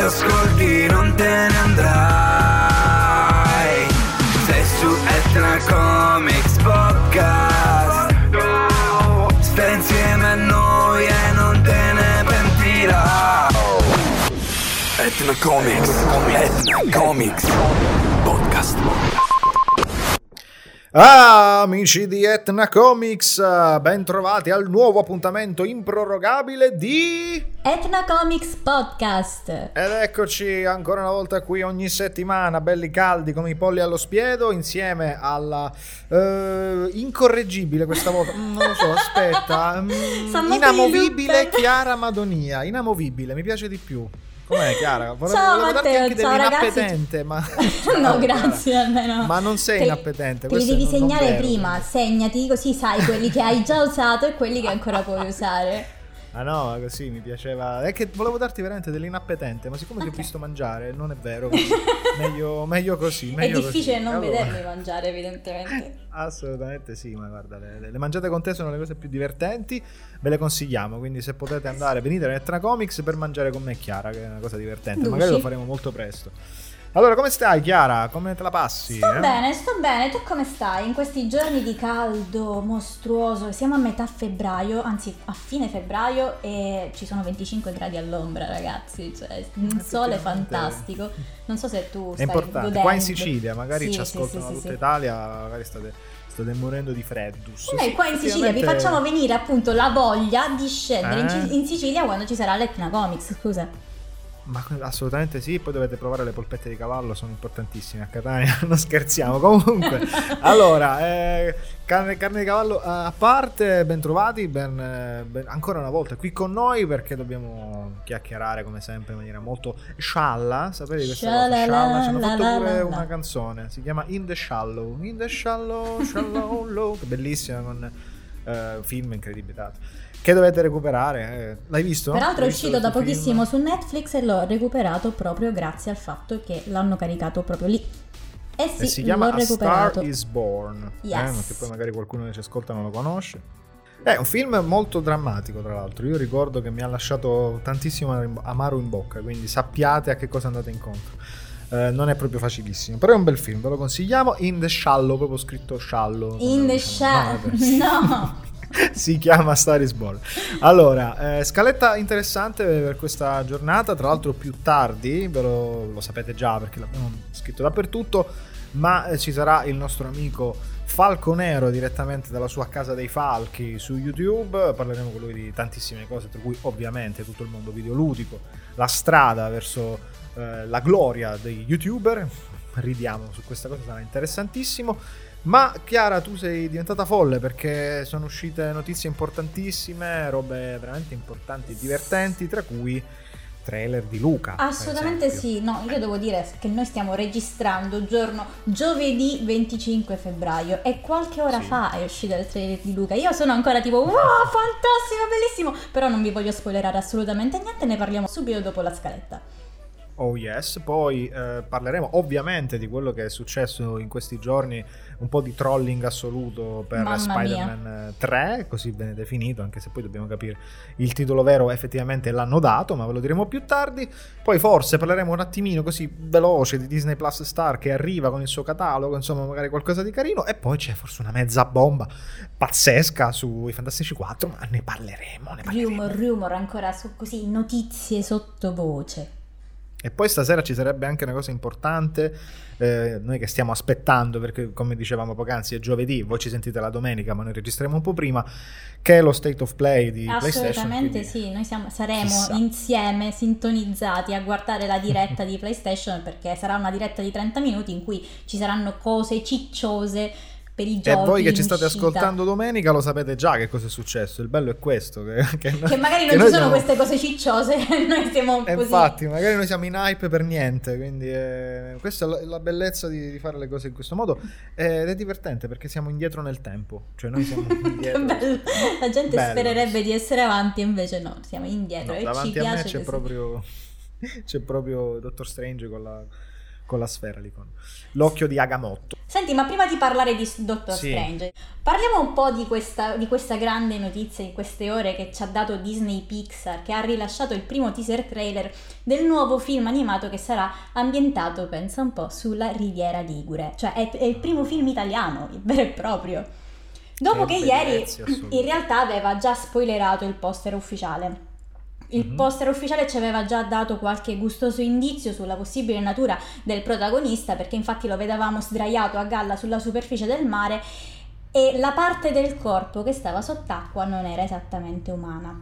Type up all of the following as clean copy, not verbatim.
ascolti non te ne andrai. Sei su Etna Comics Podcast. Stai insieme a noi e non te ne pentirai. Etna Comics, Etna Comics Podcast. Amici di Etna Comics, ben trovati al nuovo appuntamento improrogabile di Etna Comics Podcast. Ed eccoci ancora una volta qui ogni settimana, belli caldi come i polli allo spiedo, insieme alla incorreggibile questa volta, non lo so, aspetta, inamovibile Chiara Madonia. Inamovibile, mi piace di più. Com'è Chiara? Ciao Matteo, ciao ragazzi. Ma no, grazie, almeno. Ma non sei inappetente. Te li devi segnare prima, segnati così sai quelli che hai già usato e quelli che ancora puoi usare. Ah no, così mi piaceva. È che volevo darti veramente dell'inappetente, ma siccome ti ho visto mangiare, non è vero. meglio così. È difficile non vedermi mangiare, evidentemente. Assolutamente sì, ma guarda, le mangiate con te sono le cose più divertenti, ve le consigliamo, quindi se potete andare, venite a Etna Comics per mangiare con me e Chiara, che è una cosa divertente. Luci. Magari lo faremo molto presto. Allora, come stai Chiara? Come te la passi? Sto bene, tu come stai? In questi giorni di caldo mostruoso, siamo a metà febbraio, anzi a fine febbraio e ci sono 25 gradi all'ombra, ragazzi, cioè un sole fantastico. Non so se tu stai godendo. Qua in Sicilia, magari ci sì, ascoltano sì, tutta Italia, magari state morendo di freddus. Noi qua in Sicilia vi facciamo venire appunto la voglia di scendere in Sicilia quando ci sarà l'Etna Comics, scusa. Ma assolutamente sì, poi dovete provare le polpette di cavallo, sono importantissime a Catania, non scherziamo. Comunque, allora, carne di cavallo a parte, ben trovati, ancora una volta qui con noi perché dobbiamo chiacchierare come sempre in maniera molto scialla, sapete questa cosa? Scialla, ci hanno fatto pure una canzone, si chiama In the Shallow, Shallow, Low, che bellissima, con film incredibile. Che dovete recuperare, l'hai visto? Peraltro è uscito da pochissimo su Netflix e l'ho recuperato proprio grazie al fatto che l'hanno caricato proprio lì. E si chiama A Star Is Born, perché poi magari qualcuno che ci ascolta non lo conosce. È un film molto drammatico, tra l'altro. Io ricordo che mi ha lasciato tantissimo amaro in bocca, quindi sappiate a che cosa andate incontro. Non è proprio facilissimo, però è un bel film, ve lo consigliamo. In the Shallow, proprio scritto shallow. In the Shallow, no. Si chiama Star Is Born. Allora, scaletta interessante per questa giornata, tra l'altro più tardi, ve lo sapete già perché l'abbiamo scritto dappertutto, ma ci sarà il nostro amico Falconero direttamente dalla sua Casa dei Falchi su YouTube. Parleremo con lui di tantissime cose, tra cui ovviamente tutto il mondo videoludico, la strada verso la gloria dei YouTuber. Ridiamo su questa cosa, sarà interessantissimo. Ma Chiara, tu sei diventata folle perché sono uscite notizie importantissime, robe veramente importanti e divertenti, tra cui trailer di Luca. Assolutamente sì, no, io devo dire che noi stiamo registrando giovedì 25 febbraio e qualche ora fa è uscito il trailer di Luca. Io sono ancora tipo wow, fantastico, bellissimo, però non vi voglio spoilerare assolutamente niente, ne parliamo subito dopo la scaletta. Oh yes, poi parleremo ovviamente di quello che è successo in questi giorni, un po' di trolling assoluto per Spider-Man 3, così viene definito, anche se poi dobbiamo capire il titolo vero effettivamente l'hanno dato, ma ve lo diremo più tardi. Poi forse parleremo un attimino così veloce di Disney Plus Star che arriva con il suo catalogo, insomma magari qualcosa di carino, e poi c'è forse una mezza bomba pazzesca sui Fantastici 4, ma ne parleremo. Rumor ancora su così, notizie sottovoce. E poi stasera ci sarebbe anche una cosa importante, noi che stiamo aspettando, perché come dicevamo poc'anzi è giovedì, voi ci sentite la domenica ma noi registriamo un po' prima, che è lo State of Play di PlayStation. Assolutamente sì, noi saremo insieme sintonizzati a guardare la diretta di PlayStation, perché sarà una diretta di 30 minuti in cui ci saranno cose cicciose per i giochi. E voi che ci state ascoltando domenica lo sapete già che cosa è successo. Il bello è questo, che magari non ci sono queste cose cicciose, noi siamo così. Infatti magari noi siamo in hype per niente, quindi questa è la bellezza di fare le cose in questo modo, ed è divertente perché siamo indietro nel tempo, cioè noi siamo indietro. Bello. La gente spererebbe di essere avanti, invece no, siamo indietro, e davanti ci piace a me c'è proprio Dottor Strange con la sfera lì, con l'occhio di Agamotto. Senti, Senti, ma prima di parlare di Doctor Sì. Strange, parliamo un po' di questa grande notizia in queste ore che ci ha dato Disney Pixar, che ha rilasciato il primo teaser trailer del nuovo film animato che sarà ambientato, pensa un po', sulla Riviera Ligure. Cioè è il primo film italiano, vero e proprio. Dopo che ieri bellezza, assolutamente. in realtà aveva già spoilerato il poster ufficiale. Il poster ufficiale ci aveva già dato qualche gustoso indizio sulla possibile natura del protagonista, perché infatti lo vedevamo sdraiato a galla sulla superficie del mare e la parte del corpo che stava sott'acqua non era esattamente umana.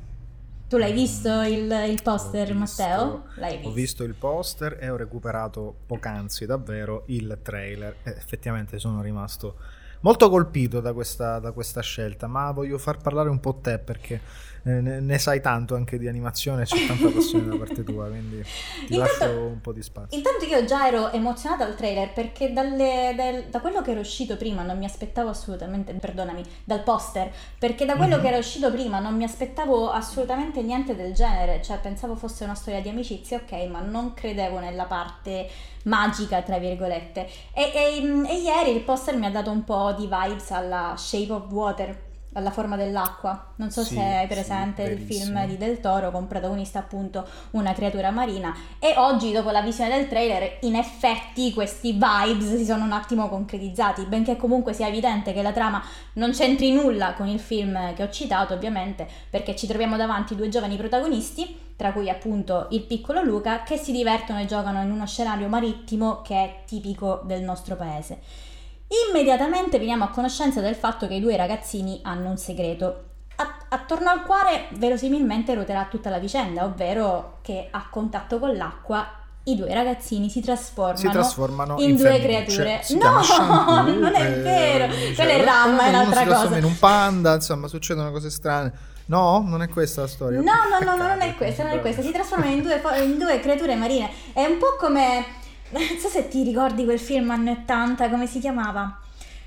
Tu l'hai visto il poster, Matteo? L'hai visto? Ho visto il poster e ho recuperato poc'anzi davvero il trailer e effettivamente sono rimasto molto colpito da questa scelta, ma voglio far parlare un po' te perché ne sai tanto anche di animazione, c'è tanta passione da parte tua, quindi ti lascio un po' di spazio. Intanto io già ero emozionata al trailer perché da quello che era uscito prima non mi aspettavo assolutamente, perdonami, dal poster, perché da quello che era uscito prima non mi aspettavo assolutamente niente del genere, cioè pensavo fosse una storia di amicizia, ok, ma non credevo nella parte magica tra virgolette e ieri il poster mi ha dato un po' di vibes alla Shape of Water, alla forma dell'acqua. Non so Sì, se hai sì, presente il bellissimo. film di Del Toro con protagonista appunto una creatura marina, e oggi dopo la visione del trailer in effetti questi vibes si sono un attimo concretizzati, benché comunque sia evidente che la trama non c'entri nulla con il film che ho citato, ovviamente, perché ci troviamo davanti due giovani protagonisti, tra cui appunto il piccolo Luca, che si divertono e giocano in uno scenario marittimo che è tipico del nostro paese. Immediatamente veniamo a conoscenza del fatto che i due ragazzini hanno un segreto, attorno al quale verosimilmente ruoterà tutta la vicenda, ovvero che a contatto con l'acqua i due ragazzini si trasformano in due femmine. creature. Si chiama shampoo, non è vero, quella è cioè, Ramma, è uno un'altra si trasforma cosa. in un panda, insomma, succedono cose strane. No, non è questa la storia. No, non è questa, non è questa. Si trasformano in due creature marine. È un po' come... Non so se ti ricordi quel film anni 80, come si chiamava?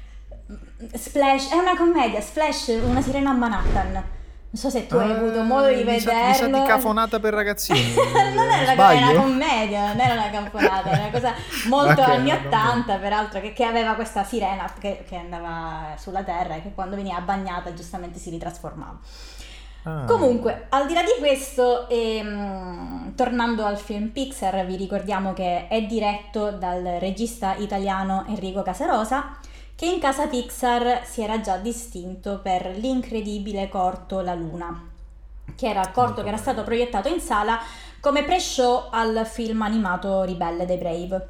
Splash, è una commedia, Splash, una sirena a Manhattan. Non so se tu hai avuto modo di Mi sa vederlo. di cafonata per ragazzini. Non era Sbaglio? una commedia, non era una caponata, era una cosa molto Ok, anni no, 80, peraltro, che aveva questa sirena che andava sulla terra e che quando veniva bagnata giustamente si ritrasformava. Ah. Comunque, al di là di questo, tornando al film Pixar, vi ricordiamo che è diretto dal regista italiano Enrico Casarosa, che in casa Pixar si era già distinto per l'incredibile corto La Luna, che era il corto che era stato proiettato in sala come pre-show al film animato Ribelle dei Brave.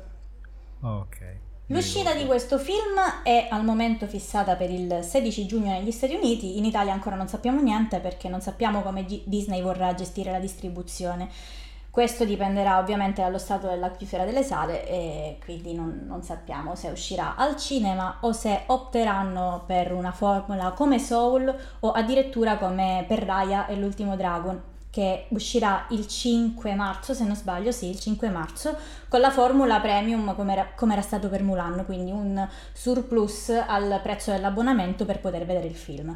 Ok. L'uscita di questo film è al momento fissata per il 16 giugno negli Stati Uniti, in Italia ancora non sappiamo niente perché non sappiamo come Disney vorrà gestire la distribuzione. Questo dipenderà ovviamente dallo stato della chiusura delle sale e quindi non sappiamo se uscirà al cinema o se opteranno per una formula come Soul o addirittura come per Raya e l'ultimo Dragon, che uscirà il 5 marzo, se non sbaglio, sì, il 5 marzo, con la formula premium come era stato per Mulan, quindi un surplus al prezzo dell'abbonamento per poter vedere il film.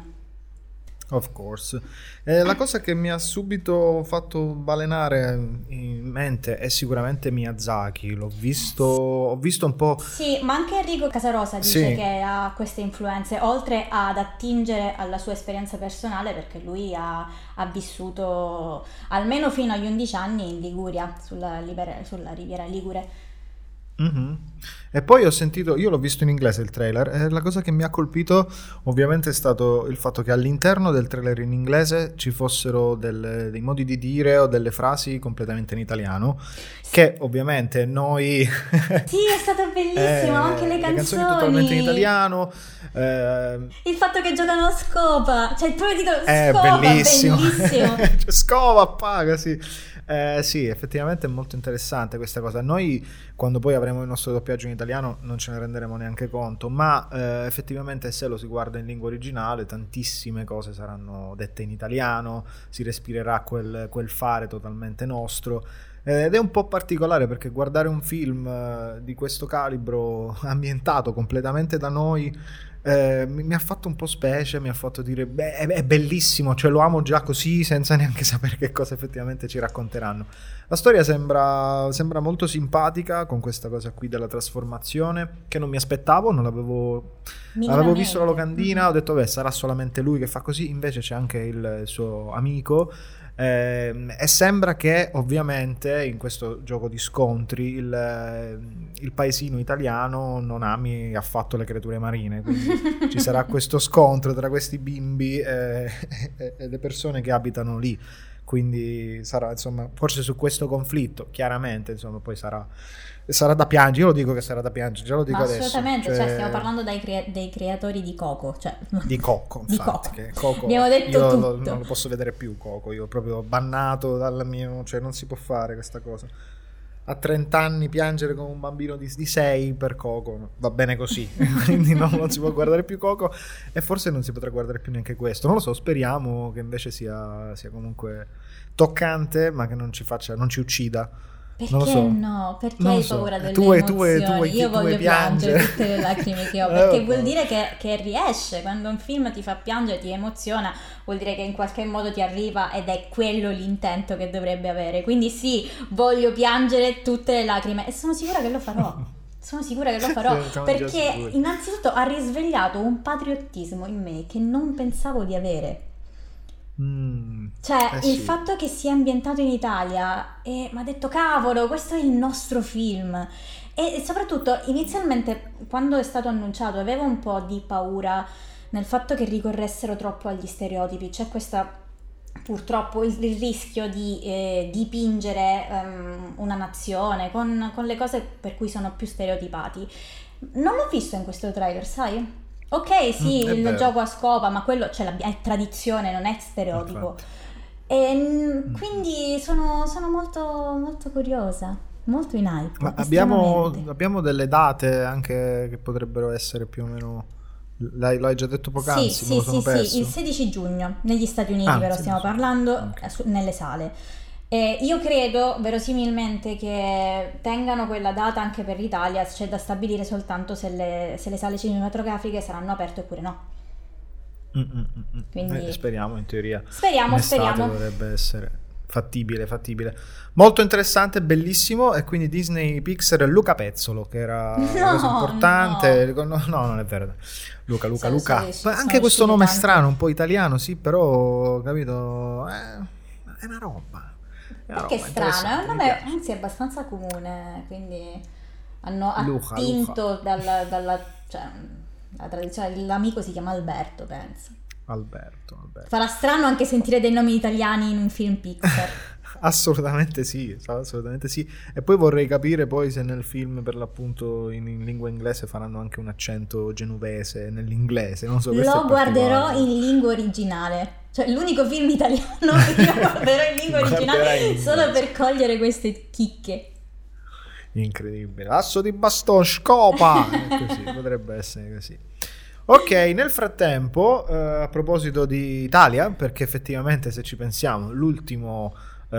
Of course. La cosa che mi ha subito fatto balenare in mente è sicuramente Miyazaki. Ho visto un po'. Sì, ma anche Enrico Casarosa dice Sì. che ha queste influenze, oltre ad attingere alla sua esperienza personale, perché lui ha vissuto almeno fino agli 11 anni in Liguria, sulla Riviera Ligure. Mhm. E poi ho sentito, io l'ho visto in inglese il trailer, e la cosa che mi ha colpito ovviamente è stato il fatto che all'interno del trailer in inglese ci fossero dei modi di dire o delle frasi completamente in italiano, che ovviamente noi Sì, è stato bellissimo, anche le canzoni totalmente in italiano, il fatto che giocano a scopa, cioè il proprio titolo è Scopa, bellissimo. bellissimo. Cioè, scova, paga, sì. Sì, effettivamente è molto interessante questa cosa. Noi quando poi avremo il nostro doppiaggio in italiano non ce ne renderemo neanche conto, ma effettivamente se lo si guarda in lingua originale tantissime cose saranno dette in italiano, si respirerà quel fare totalmente nostro. ed è un po' particolare perché guardare un film di questo calibro ambientato completamente da noi mi ha fatto un po' specie, mi ha fatto dire beh, è bellissimo, cioè lo amo già così senza neanche sapere che cosa effettivamente ci racconteranno. La storia sembra molto simpatica, con questa cosa qui della trasformazione che non mi aspettavo, non avevo visto la locandina, ho detto beh, sarà solamente lui che fa così, invece c'è anche il suo amico. E sembra che ovviamente in questo gioco di scontri il paesino italiano non ami affatto le creature marine, quindi ci sarà questo scontro tra questi bimbi e le persone che abitano lì, quindi sarà, insomma, forse su questo conflitto chiaramente, insomma, poi sarà da piangere. Io lo dico che sarà da piangere, già lo dico adesso. Assolutamente, cioè stiamo parlando dei creatori di Coco, cioè di Coco, infatti, che Coco, abbiamo detto io tutto. non lo posso vedere più Coco, io proprio bannato dal mio, cioè non si può fare questa cosa. A 30 anni piangere come un bambino di 6 per Coco va bene così. Quindi non si può guardare più Coco e forse non si potrà guardare più neanche questo, non lo so, speriamo che invece sia comunque toccante, ma che non ci uccida. Perché non lo so. no? Perché non hai so. paura delle tu emozioni? Io voglio piangere tutte le lacrime che ho, perché vuol no. dire che riesce. Quando un film ti fa piangere, ti emoziona, vuol dire che in qualche modo ti arriva ed è quello l'intento che dovrebbe avere. Quindi sì, voglio piangere tutte le lacrime e sono sicura che lo farò. Sono sicura che lo farò, perché innanzitutto ha risvegliato un patriottismo in me che non pensavo di avere. Cioè il fatto che sia ambientato in Italia mi ha detto cavolo, questo è il nostro film. E soprattutto inizialmente quando è stato annunciato avevo un po' di paura nel fatto che ricorressero troppo agli stereotipi. C'è questa, purtroppo, il rischio di dipingere una nazione con le cose per cui sono più stereotipati. Non l'ho visto in questo trailer, sai? Ok, sì, il gioco a scopa, ma quello è tradizione, non è stereotipo. E quindi sono molto, molto curiosa, molto in hype. Ma abbiamo delle date anche che potrebbero essere più o meno. L'hai già detto poc'anzi? Sì, il 16 giugno negli Stati Uniti, però stiamo parlando, nelle sale. Io credo verosimilmente che tengano quella data anche per l'Italia. C'è da stabilire soltanto se le sale cinematografiche saranno aperte oppure no. Quindi speriamo, in teoria speriamo dovrebbe essere fattibile. Molto interessante, bellissimo. E quindi Disney Pixar, Luca Pezzolo, che era una cosa importante. No, non è vero. Luca. Anche questo nome è strano, un po' italiano, sì, però capito, è una roba. Perché è strano, è un nome anzi abbastanza comune, quindi hanno attinto dalla cioè, la tradizione. L'amico si chiama Alberto, penso. Alberto. Farà strano anche sentire dei nomi italiani in un film Pixar. Assolutamente sì. E poi vorrei capire poi se nel film, per l'appunto, in lingua inglese faranno anche un accento genovese nell'inglese, non so. Lo guarderò in lingua originale. Cioè l'unico film italiano che io guarderò in lingua originale solo per cogliere queste chicche. Incredibile. Asso di baston, scopa. Così, potrebbe essere così. Ok, nel frattempo, a proposito di Italia, perché effettivamente se ci pensiamo, l'ultimo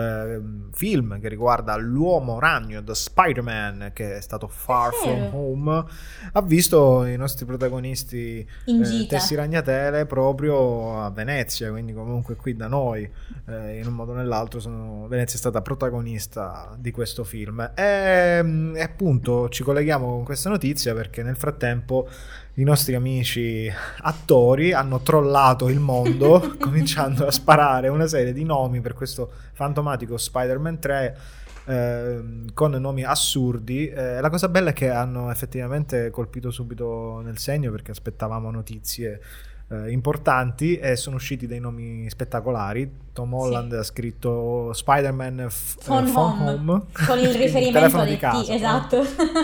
film che riguarda l'uomo ragno, The Spider-Man, che è stato Far From Home, ha visto i nostri protagonisti in gita, Tessi Ragnatele, proprio a Venezia, quindi comunque qui da noi, in un modo o nell'altro Venezia è stata protagonista di questo film. E appunto ci colleghiamo con questa notizia perché nel frattempo i nostri amici attori hanno trollato il mondo cominciando a sparare una serie di nomi per questo fantomatico Spider-Man 3 con nomi assurdi. La cosa bella è che hanno effettivamente colpito subito nel segno, perché aspettavamo notizie importanti e sono usciti dei nomi spettacolari. Tom Holland ha scritto Spider-Man Phone Home con il riferimento di casa, esatto.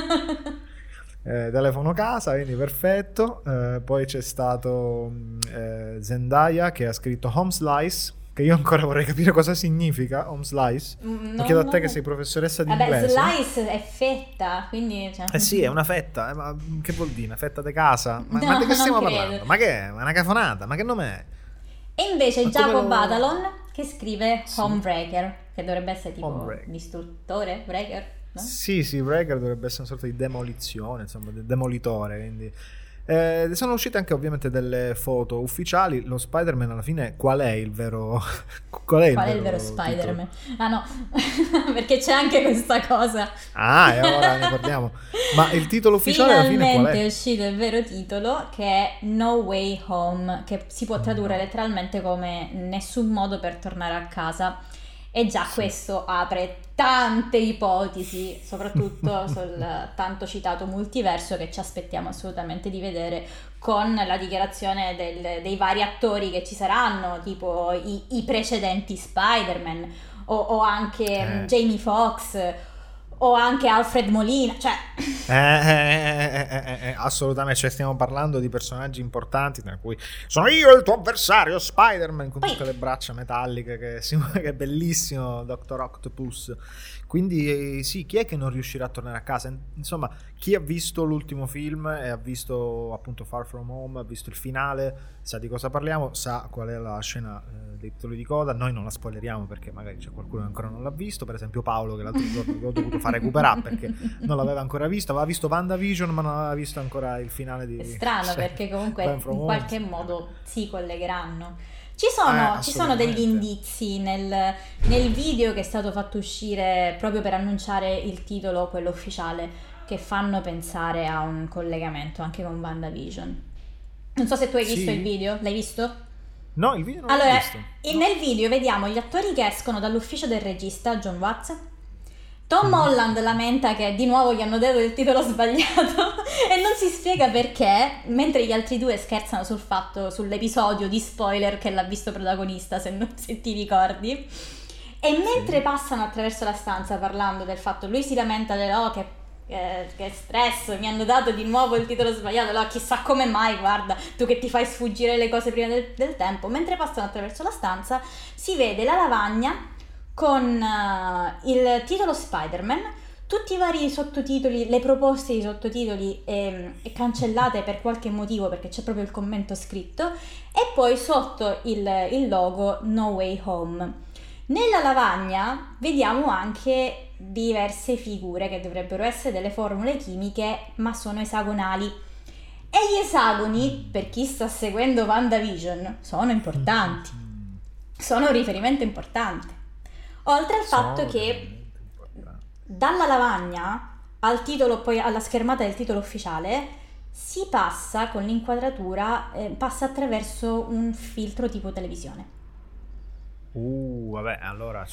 Telefono casa, quindi perfetto. Poi c'è stato Zendaya che ha scritto Home Slice, che io ancora vorrei capire cosa significa Home Slice. Lo chiedo a te che sei professoressa di inglese. Slice è fetta, quindi sì, è una fetta, ma che vuol dire? Una fetta di casa? Ma di che stiamo parlando? Ma che è? Una cafonata? Ma che nome è? E invece Jacob Batalon che scrive Homebreaker. che dovrebbe essere tipo Homebreaker. distruttore, breaker, no? Sì, Breaker dovrebbe essere una sorta di demolizione, insomma, demolitore, quindi... sono uscite anche ovviamente delle foto ufficiali. Lo Spider-Man alla fine qual è il vero Qual è il vero Spider-Man? Ah no, perché c'è anche questa cosa. E ora ne parliamo. Ma il titolo ufficiale alla fine qual Finalmente è? è uscito il vero titolo, che è No Way Home, che si può tradurre letteralmente come nessun modo per tornare a casa. E già questo apre tante ipotesi, soprattutto sul tanto citato multiverso, che ci aspettiamo assolutamente di vedere, con la dichiarazione dei vari attori che ci saranno, tipo i precedenti Spider-Man, o anche Jamie Foxx, o anche Alfred Molina, cioè... Assolutamente, cioè stiamo parlando di personaggi importanti, tra cui sono io il tuo avversario Spider-Man, con tutte le braccia metalliche, che è bellissimo, Dr. Octopus. Quindi sì, chi è che non riuscirà a tornare a casa? Insomma, chi ha visto l'ultimo film e ha visto appunto Far From Home, ha visto il finale, sa di cosa parliamo, sa qual è la scena dei titoli di coda. Noi non la spoileriamo perché magari c'è qualcuno che ancora non l'ha visto, per esempio Paolo, che l'altro giorno l'ho dovuto fare recuperare perché non l'aveva ancora visto, aveva visto WandaVision ma non aveva visto ancora il finale di... È strano perché comunque in qualche modo si collegheranno. Ci sono degli indizi nel video che è stato fatto uscire proprio per annunciare il titolo, quello ufficiale, che fanno pensare a un collegamento anche con WandaVision. Non so se tu hai visto il video, l'hai visto? No, il video non l'ho visto. Nel video vediamo gli attori che escono dall'ufficio del regista, John Watts. Tom Holland lamenta che di nuovo gli hanno dato il titolo sbagliato e non si spiega perché, mentre gli altri due scherzano sull'episodio di spoiler che l'ha visto protagonista, se ti ricordi. E mentre passano attraverso la stanza parlando del fatto, lui si lamenta che stress, mi hanno dato di nuovo il titolo sbagliato, allora chissà come mai, guarda, tu che ti fai sfuggire le cose prima del tempo. Mentre passano attraverso la stanza si vede la lavagna con il titolo Spider-Man, tutti i vari sottotitoli, le proposte di sottotitoli cancellate per qualche motivo, perché c'è proprio il commento scritto, e poi sotto il logo No Way Home. Nella lavagna vediamo anche diverse figure che dovrebbero essere delle formule chimiche, ma sono esagonali. E gli esagoni, per chi sta seguendo WandaVision, sono importanti. Sono un riferimento importante. Oltre al fatto che dalla lavagna al titolo, poi alla schermata del titolo ufficiale, si passa con l'inquadratura, passa attraverso un filtro tipo televisione. Vabbè, allora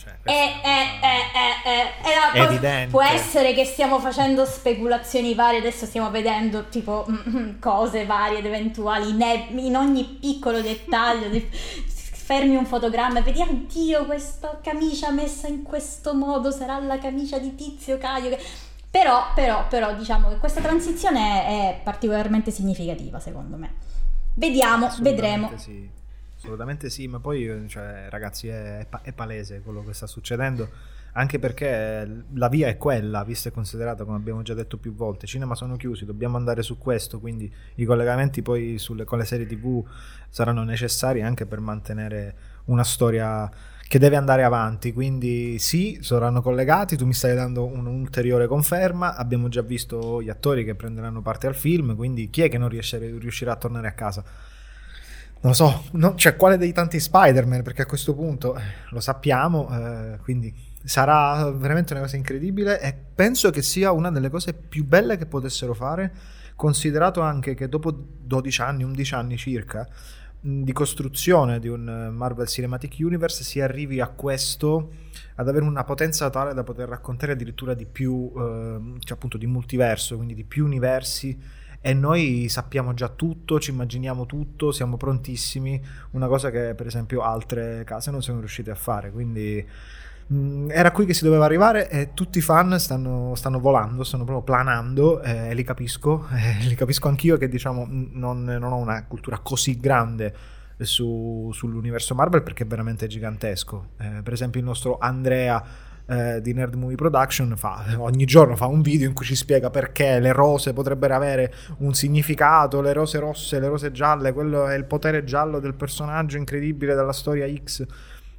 evidente. Può essere che stiamo facendo speculazioni varie, adesso stiamo vedendo tipo cose varie ed eventuali in ogni piccolo dettaglio. Fermi un fotogramma e vedi, oddio, questa camicia messa in questo modo sarà la camicia di Tizio Caio. Però diciamo che questa transizione è particolarmente significativa, secondo me. Vedremo. Sì. Assolutamente sì, ma poi ragazzi è palese quello che sta succedendo, anche perché la via è quella, vista e considerata, come abbiamo già detto più volte, i cinema sono chiusi, dobbiamo andare su questo, quindi i collegamenti poi con le serie TV saranno necessari anche per mantenere una storia che deve andare avanti, quindi sì, saranno collegati, tu mi stai dando un'ulteriore conferma, abbiamo già visto gli attori che prenderanno parte al film, quindi chi è che non riuscirà a tornare a casa? Non lo so, cioè quale dei tanti Spider-Man, perché a questo punto lo sappiamo, quindi sarà veramente una cosa incredibile e penso che sia una delle cose più belle che potessero fare, considerato anche che dopo 12 anni, 11 anni circa di costruzione di un Marvel Cinematic Universe si arrivi a questo, ad avere una potenza tale da poter raccontare addirittura di più, cioè appunto di multiverso, quindi di più universi. E noi sappiamo già tutto, ci immaginiamo tutto, siamo prontissimi, una cosa che per esempio altre case non sono riuscite a fare, quindi era qui che si doveva arrivare e tutti i fan stanno volando, stanno proprio planando, e li capisco anch'io che diciamo non ho una cultura così grande sull'universo Marvel perché è veramente gigantesco. Per esempio il nostro Andrea di Nerd Movie Production ogni giorno fa un video in cui ci spiega perché le rose potrebbero avere un significato, le rose rosse, le rose gialle, quello è il potere giallo del personaggio incredibile della storia X,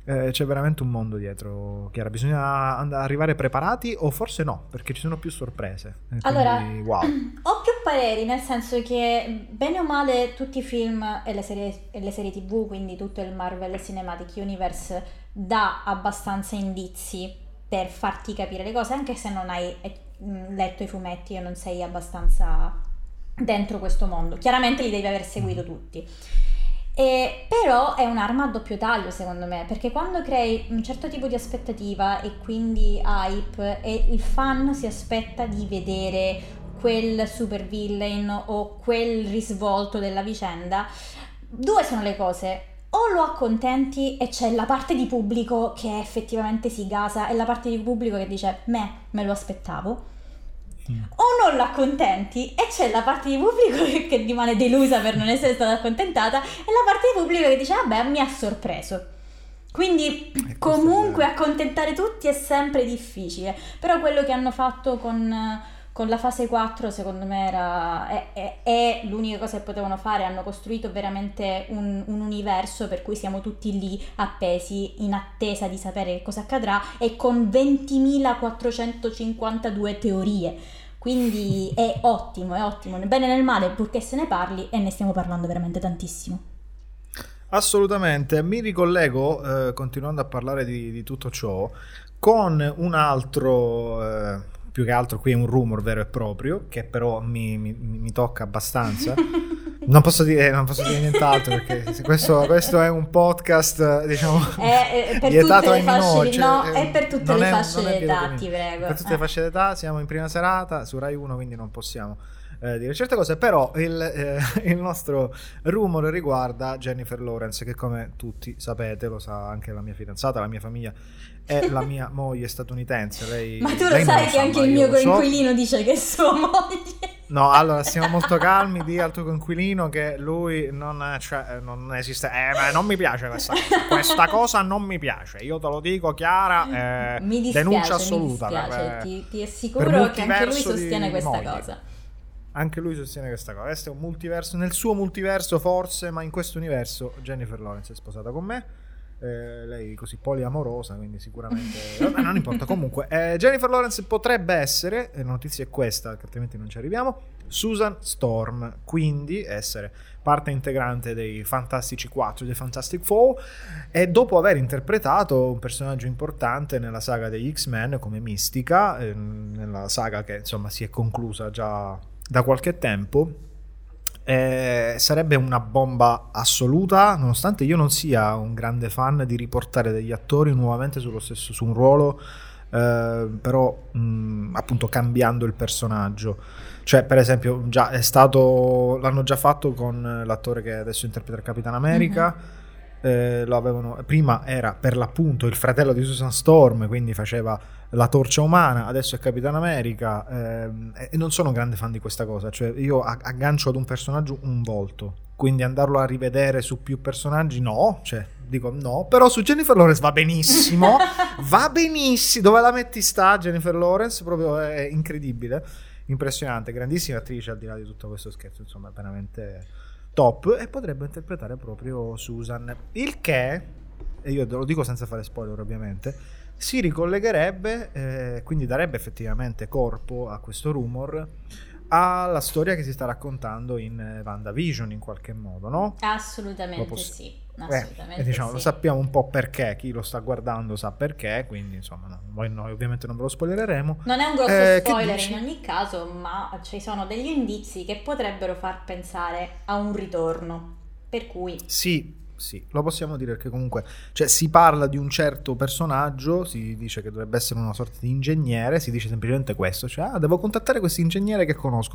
C'è veramente un mondo dietro, Chiara. Bisogna arrivare preparati, o forse no, perché ci sono più sorprese. Allora, wow. ho più pareri, nel senso che bene o male tutti i film e le serie TV, quindi tutto il Marvel Cinematic Universe, dà abbastanza indizi per farti capire le cose, anche se non hai letto i fumetti e non sei abbastanza dentro questo mondo. Chiaramente li devi aver seguito tutti. Però è un'arma a doppio taglio, secondo me, perché quando crei un certo tipo di aspettativa e quindi hype, e il fan si aspetta di vedere quel super villain o quel risvolto della vicenda, due sono le cose: o lo accontenti e c'è la parte di pubblico che effettivamente si gasa e la parte di pubblico che dice me lo aspettavo, o non lo accontenti e c'è la parte di pubblico che rimane delusa per non essere stata accontentata e la parte di pubblico che dice vabbè, mi ha sorpreso. Quindi comunque accontentare tutti è sempre difficile, però quello che hanno fatto con la fase 4 secondo me è l'unica cosa che potevano fare. Hanno costruito veramente un universo per cui siamo tutti lì appesi in attesa di sapere che cosa accadrà, e con 20.452 teorie, quindi è ottimo, nel bene e nel male, purché se ne parli, e ne stiamo parlando veramente tantissimo. Assolutamente. Mi ricollego, continuando a parlare di tutto ciò, con un altro più che altro qui è un rumor vero e proprio, che però mi tocca abbastanza. Non posso dire nient'altro, perché questo è un podcast, diciamo, per vietato tutte le ai minori. Fasce, è per tutte le fasce d'età, ti prego. Per tutte le fasce d'età, siamo in prima serata su Rai 1, quindi non possiamo dire certe cose. Però il nostro rumor riguarda Jennifer Lawrence, che come tutti sapete, lo sa anche la mia fidanzata, la mia famiglia e la mia moglie statunitense. Ma tu lo sai che anche il mio coinquilino dice che è sua moglie? No, allora stiamo molto calmi. Di al tuo coinquilino che lui non esiste. Ma non mi piace questa cosa, non mi piace. Io te lo dico, Chiara. Mi dispiace, denuncia assoluta. Mi dispiace. Ti assicuro che anche lui sostiene questa cosa. Anche lui sostiene questa cosa. Questo è un multiverso. Nel suo multiverso forse, ma in questo universo Jennifer Lawrence è sposata con me. Lei così poliamorosa, quindi sicuramente non importa. Comunque Jennifer Lawrence potrebbe essere, la notizia è questa, che altrimenti non ci arriviamo, Susan Storm, quindi essere parte integrante dei Fantastici 4, dei Fantastic Four, e dopo aver interpretato un personaggio importante nella saga degli X-Men come Mistica, nella saga che insomma si è conclusa già da qualche tempo. Sarebbe una bomba assoluta, nonostante io non sia un grande fan di riportare degli attori nuovamente su un ruolo, però appunto cambiando il personaggio. Cioè, per esempio, l'hanno già fatto con l'attore che adesso interpreta il Capitan America. Lo avevano, prima era per l'appunto il fratello di Susan Storm, quindi faceva la torcia umana, adesso è Capitan America, e non sono un grande fan di questa cosa. Cioè, io aggancio ad un personaggio un volto, quindi andarlo a rivedere su più personaggi dico no. Però su Jennifer Lawrence va benissimo. Va benissimo, dove la metti sta Jennifer Lawrence, proprio è incredibile, impressionante, grandissima attrice, al di là di tutto questo scherzo, insomma è veramente top, e potrebbe interpretare proprio Susan, il che, e io te lo dico senza fare spoiler ovviamente, si ricollegherebbe, quindi darebbe effettivamente corpo a questo rumor, alla storia che si sta raccontando in WandaVision in qualche modo, no? Assolutamente sì. Assolutamente diciamo, sì. Lo sappiamo un po' perché, chi lo sta guardando sa perché, quindi insomma noi ovviamente non ve lo spoileremo. Non è un grosso spoiler in ogni caso, ma ci sono degli indizi che potrebbero far pensare a un ritorno, per cui sì, lo possiamo dire, perché comunque si parla di un certo personaggio, si dice che dovrebbe essere una sorta di ingegnere, si dice semplicemente questo, devo contattare questo ingegnere che conosco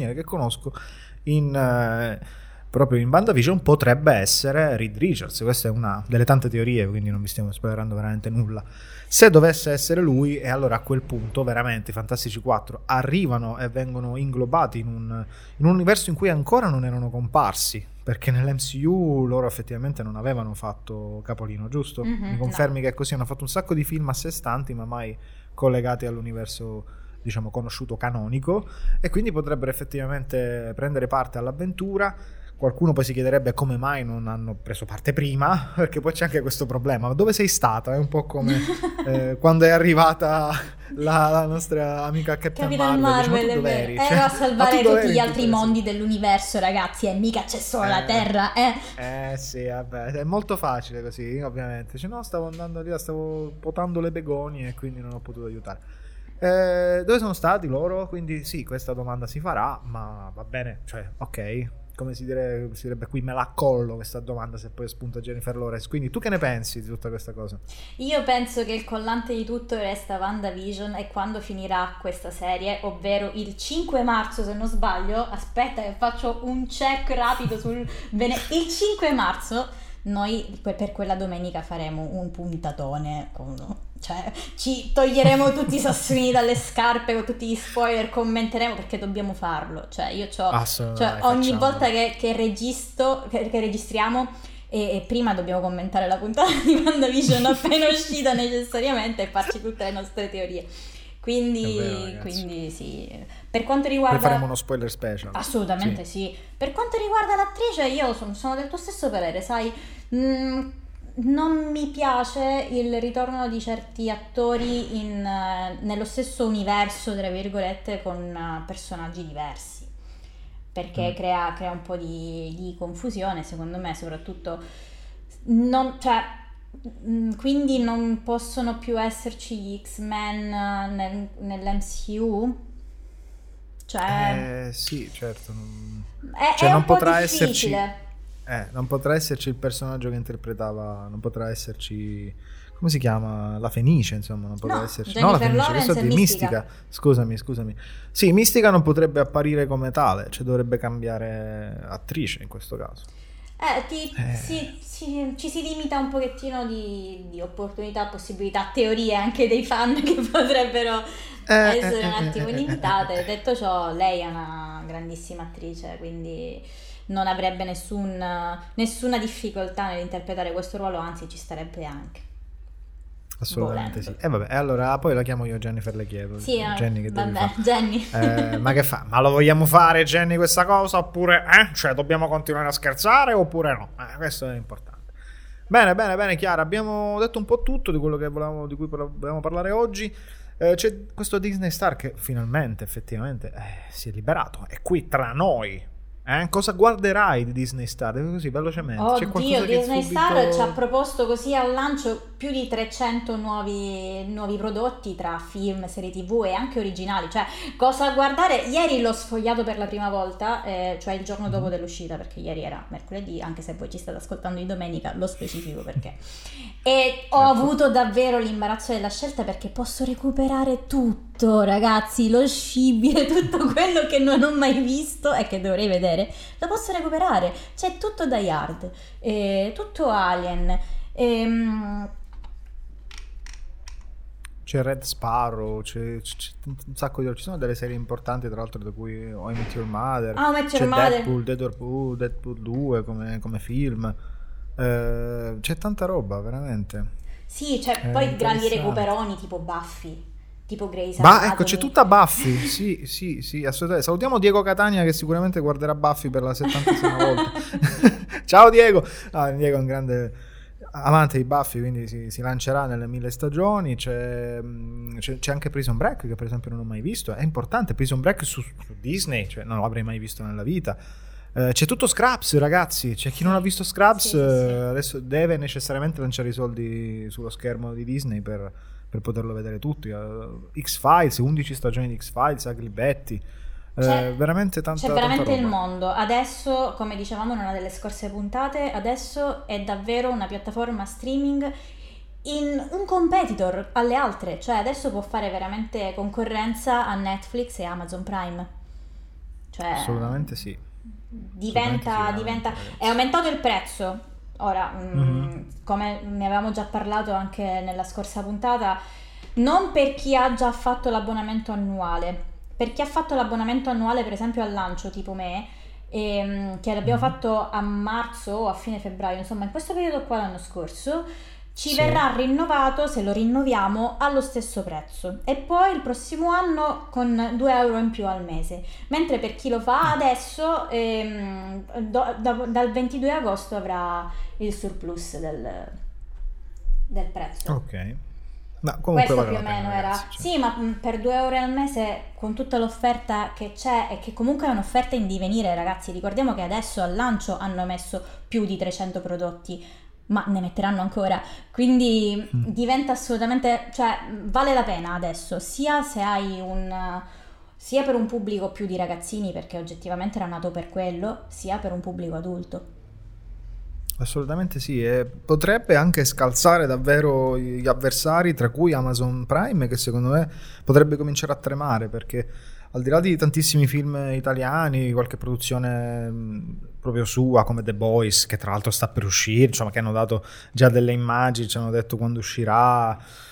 proprio in WandaVision potrebbe essere Reed Richards. Questa è una delle tante teorie, quindi non vi stiamo spoilerando veramente nulla. Se dovesse essere lui, e allora a quel punto veramente i Fantastici 4 arrivano e vengono inglobati in un universo in cui ancora non erano comparsi, perché nell'MCU loro effettivamente non avevano fatto capolino, giusto? Mi confermi che è così? Hanno fatto un sacco di film a sé stanti, ma mai collegati all'universo, diciamo, conosciuto canonico, e quindi potrebbero effettivamente prendere parte all'avventura Qualcuno poi si chiederebbe come mai non hanno preso parte prima, perché poi c'è anche questo problema. Ma dove sei stata? È un po' come quando è arrivata la nostra amica Captain Marvel. Dice, dove eri? Ero a salvare tutti gli altri mondi dell'universo, ragazzi, e mica c'è solo la Terra, sì, vabbè, è molto facile così, ovviamente. Dice, no, stavo andando lì, stavo potando le begonie e quindi non ho potuto aiutare. Dove sono stati loro? Quindi sì, questa domanda si farà, ma va bene, cioè, ok. Come si direbbe qui, me la collo questa domanda se poi spunta Jennifer Lawrence. Quindi tu che ne pensi di tutta questa cosa? Io penso che il collante di tutto resta WandaVision e quando finirà questa serie, ovvero il 5 marzo se non sbaglio, aspetta che faccio un check rapido il 5 marzo noi per quella domenica faremo un puntatone cioè ci toglieremo tutti i sassolini dalle scarpe con tutti gli spoiler, commenteremo perché dobbiamo farlo, cioè io ogni volta che registriamo e prima dobbiamo commentare la puntata di WandaVision appena uscita necessariamente e farci tutte le nostre teorie. Quindi sì, per quanto riguarda... Poi faremo uno spoiler special. Assolutamente sì. Per quanto riguarda l'attrice io sono del tuo stesso parere, sai, non mi piace il ritorno di certi attori nello stesso universo, tra virgolette, con personaggi diversi, perché crea un po' di confusione, secondo me, soprattutto quindi non possono più esserci gli X-Men nell'MCU? Cioè sì, certo. È non potrà esserci. Non potrà esserci il personaggio che interpretava, non potrà esserci, come si chiama? La Fenice, insomma, non potrà esserci. No, la Fenice, adesso di Mistica. Scusami. Sì, Mistica non potrebbe apparire come tale, cioè dovrebbe cambiare attrice in questo caso. Ci si limita un pochettino di opportunità, possibilità, teorie anche dei fan che potrebbero essere un attimo limitate. Detto ciò, lei è una grandissima attrice, quindi non avrebbe nessuna difficoltà nell'interpretare questo ruolo, anzi ci starebbe anche. Assolutamente volendo. Sì. Vabbè, allora poi la chiamo io Jennifer, le chiedo. Sì, Jenny, che devi fare? Jenny. Ma che fa? Ma lo vogliamo fare, Jenny, questa cosa? Oppure cioè dobbiamo continuare a scherzare oppure no? Questo è importante. Bene, Chiara, abbiamo detto un po' tutto di quello di cui volevamo parlare oggi. C'è questo Disney Star che finalmente, effettivamente, si è liberato. È qui tra noi. Cosa guarderai di Disney Star? Così velocemente. Oddio, Disney Star ci ha proposto così al lancio più di 300 nuovi prodotti tra film, serie TV e anche originali. Cioè, cosa guardare? Ieri l'ho sfogliato per la prima volta, cioè il giorno dopo dell'uscita, perché ieri era mercoledì, anche se voi ci state ascoltando di domenica, lo specifico perché. E ho avuto davvero l'imbarazzo della scelta perché posso recuperare tutto, ragazzi, lo scibile, tutto quello che non ho mai visto e che dovrei vedere. Lo posso recuperare, c'è tutto Die Hard, tutto Alien, c'è Red Sparrow, c'è un sacco ci sono delle serie importanti, tra l'altro, da cui How I Met Your Mother, c'è Deadpool 2 come film, c'è tanta roba veramente. Sì, c'è poi grandi recuperoni tipo Buffy, tipo Grey's Anatomy. Ecco, c'è tutta Buffy. Sì, assolutamente. Salutiamo Diego Catania che sicuramente guarderà Buffy per la 76ª volta. Ciao Diego. Diego è un grande amante di Buffy, quindi si lancerà nelle 1000 stagioni. C'è anche Prison Break, che per esempio non ho mai visto. È importante Prison Break su Disney, cioè non l'avrei mai visto nella vita. C'è tutto Scrubs, ragazzi. C'è chi non ha visto Scrubs, adesso deve necessariamente lanciare i soldi sullo schermo di Disney per poterlo vedere tutti. X-Files, 11 stagioni di X-Files, Ugly Betty, veramente tanta. C'è veramente tanta roba. Il mondo adesso, come dicevamo in una delle scorse puntate, adesso è davvero una piattaforma streaming in un competitor alle altre, cioè adesso può fare veramente concorrenza a Netflix e Amazon Prime, cioè assolutamente sì. Diventa è aumentato il prezzo ora, come ne avevamo già parlato anche nella scorsa puntata, non per chi ha già fatto l'abbonamento annuale, per chi ha fatto l'abbonamento annuale per esempio al lancio tipo me, che l'abbiamo fatto a marzo o a fine febbraio, insomma in questo periodo qua l'anno scorso, ci verrà rinnovato, se lo rinnoviamo, allo stesso prezzo, e poi il prossimo anno con 2 euro in più al mese, mentre per chi lo fa adesso dal 22 agosto avrà il surplus del prezzo. Ok. No, comunque Questo vale più o la pena, meno era. ragazzi, cioè. Sì, ma per 2 euro al mese, con tutta l'offerta che c'è, e che comunque è un'offerta in divenire, ragazzi, ricordiamo che adesso al lancio hanno messo più di 300 prodotti, ma ne metteranno ancora, quindi diventa assolutamente, cioè vale la pena adesso, sia se hai sia per un pubblico più di ragazzini, perché oggettivamente era nato per quello, sia per un pubblico adulto. Assolutamente sì, e potrebbe anche scalzare davvero gli avversari, tra cui Amazon Prime, che secondo me potrebbe cominciare a tremare, perché al di là di tantissimi film italiani, qualche produzione proprio sua come The Boys, che tra l'altro sta per uscire, insomma, che hanno dato già delle immagini, ci hanno detto quando uscirà,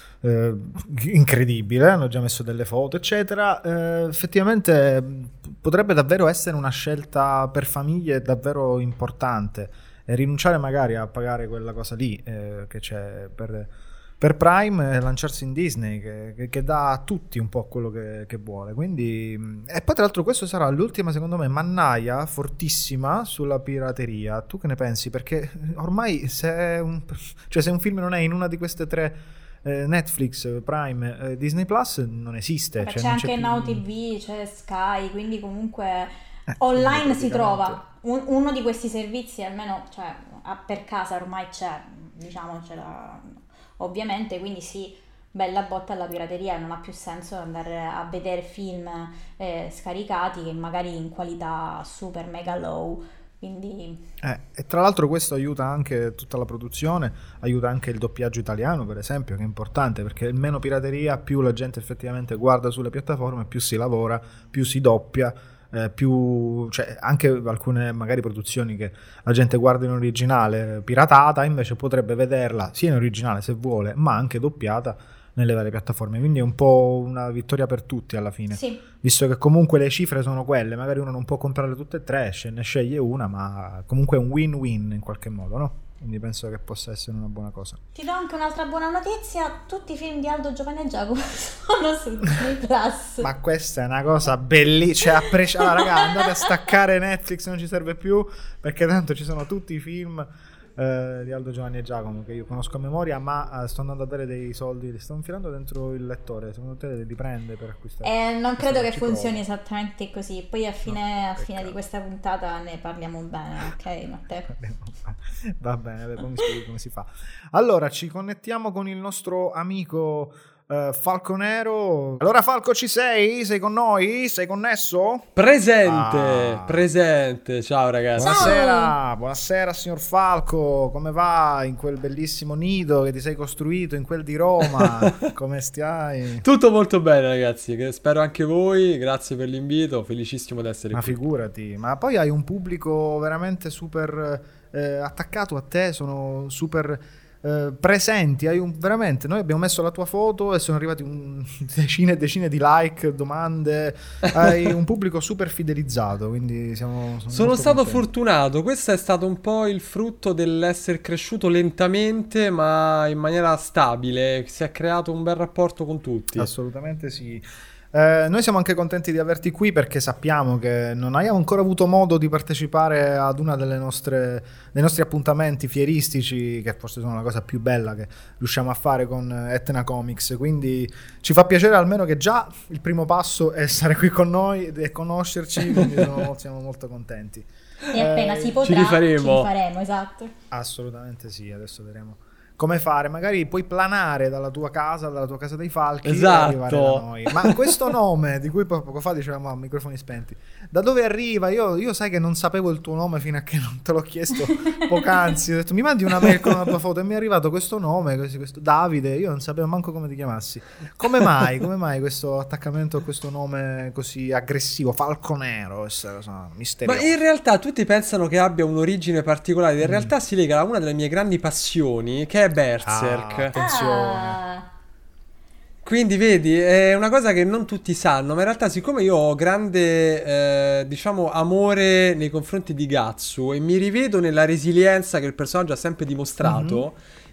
incredibile, hanno già messo delle foto eccetera, effettivamente potrebbe davvero essere una scelta per famiglie davvero importante, e rinunciare magari a pagare quella cosa lì che c'è per Prime, e lanciarsi in Disney che dà a tutti un po' quello che vuole. Quindi, e poi tra l'altro questo sarà l'ultima, secondo me, mannaia fortissima sulla pirateria. Tu che ne pensi? Perché ormai se un film non è in una di queste tre, Netflix, Prime, Disney Plus, non esiste. Beh, cioè, c'è non anche più... Now TV, c'è Sky, quindi comunque online si trova. Uno di questi servizi almeno, cioè, per casa ormai c'è, diciamo, ovviamente, quindi sì, bella botta alla pirateria, non ha più senso andare a vedere film scaricati che magari in qualità super mega low, quindi... E tra l'altro questo aiuta anche tutta la produzione, aiuta anche il doppiaggio italiano, per esempio, che è importante, perché meno pirateria, più la gente effettivamente guarda sulle piattaforme, più si lavora, più si doppia, più, cioè, anche alcune magari produzioni che la gente guarda in originale piratata, invece potrebbe vederla sia in originale se vuole, ma anche doppiata nelle varie piattaforme, quindi è un po' una vittoria per tutti alla fine, sì. Visto che comunque le cifre sono quelle, magari uno non può comprarle tutte e tre, ne sceglie una, ma comunque è un win-win in qualche modo, no? Quindi penso che possa essere una buona cosa. Ti do anche un'altra buona notizia: tutti i film di Aldo, Giovanni e Giacomo sono su Disney Plus. Ma questa è una cosa bellissima, cioè, allora, raga, andate a staccare Netflix, non ci serve più, perché tanto ci sono tutti i film di Aldo, Giovanni e Giacomo che io conosco a memoria, ma sto andando a dare dei soldi, li sto infilando dentro il lettore. Secondo te li prende per acquistare? Non credo che funzioni esattamente così. Poi a fine di questa puntata ne parliamo bene, ok Matteo? Va bene, poi mi spieghi come si fa. Allora ci connettiamo con il nostro amico Falco Nero. Allora Falco, ci sei? Sei con noi? Sei connesso? Presente. Ciao ragazzi. Buonasera signor Falco. Come va in quel bellissimo nido che ti sei costruito in quel di Roma? Come stai? Tutto molto bene ragazzi, spero anche voi. Grazie per l'invito, felicissimo di essere qui. Ma figurati, ma poi hai un pubblico veramente super attaccato a te, sono super presenti, veramente, noi abbiamo messo la tua foto e sono arrivati decine e decine di like, domande, hai un pubblico super fidelizzato, quindi sono stato contento. Fortunato. Questo è stato un po' il frutto dell'essere cresciuto lentamente ma in maniera stabile, si è creato un bel rapporto con tutti. Assolutamente sì. Noi siamo anche contenti di averti qui, perché sappiamo che non hai ancora avuto modo di partecipare ad una dei nostri appuntamenti fieristici, che forse sono la cosa più bella che riusciamo a fare con Etna Comics, quindi ci fa piacere almeno che già il primo passo è stare qui con noi e conoscerci, quindi siamo molto contenti. E appena si potrà ci rifaremo, esatto. Assolutamente sì, adesso vedremo come fare, magari puoi planare dalla tua casa dei falchi, esatto, e arrivare da noi. Ma questo nome di cui poco fa dicevamo a microfoni spenti, da dove arriva? Io sai che non sapevo il tuo nome fino a che non te l'ho chiesto poc'anzi. Ho detto mi mandi una mail con la tua foto e mi è arrivato questo nome, questo Davide, io non sapevo manco come ti chiamassi. Come mai questo attaccamento a questo nome così aggressivo, Falco Nero, misterioso? Ma in realtà tutti pensano che abbia un'origine particolare, in realtà si lega a una delle mie grandi passioni, che è Berserk. Attenzione. Quindi vedi, è una cosa che non tutti sanno, ma in realtà siccome io ho grande diciamo amore nei confronti di Gatsu e mi rivedo nella resilienza che il personaggio ha sempre dimostrato,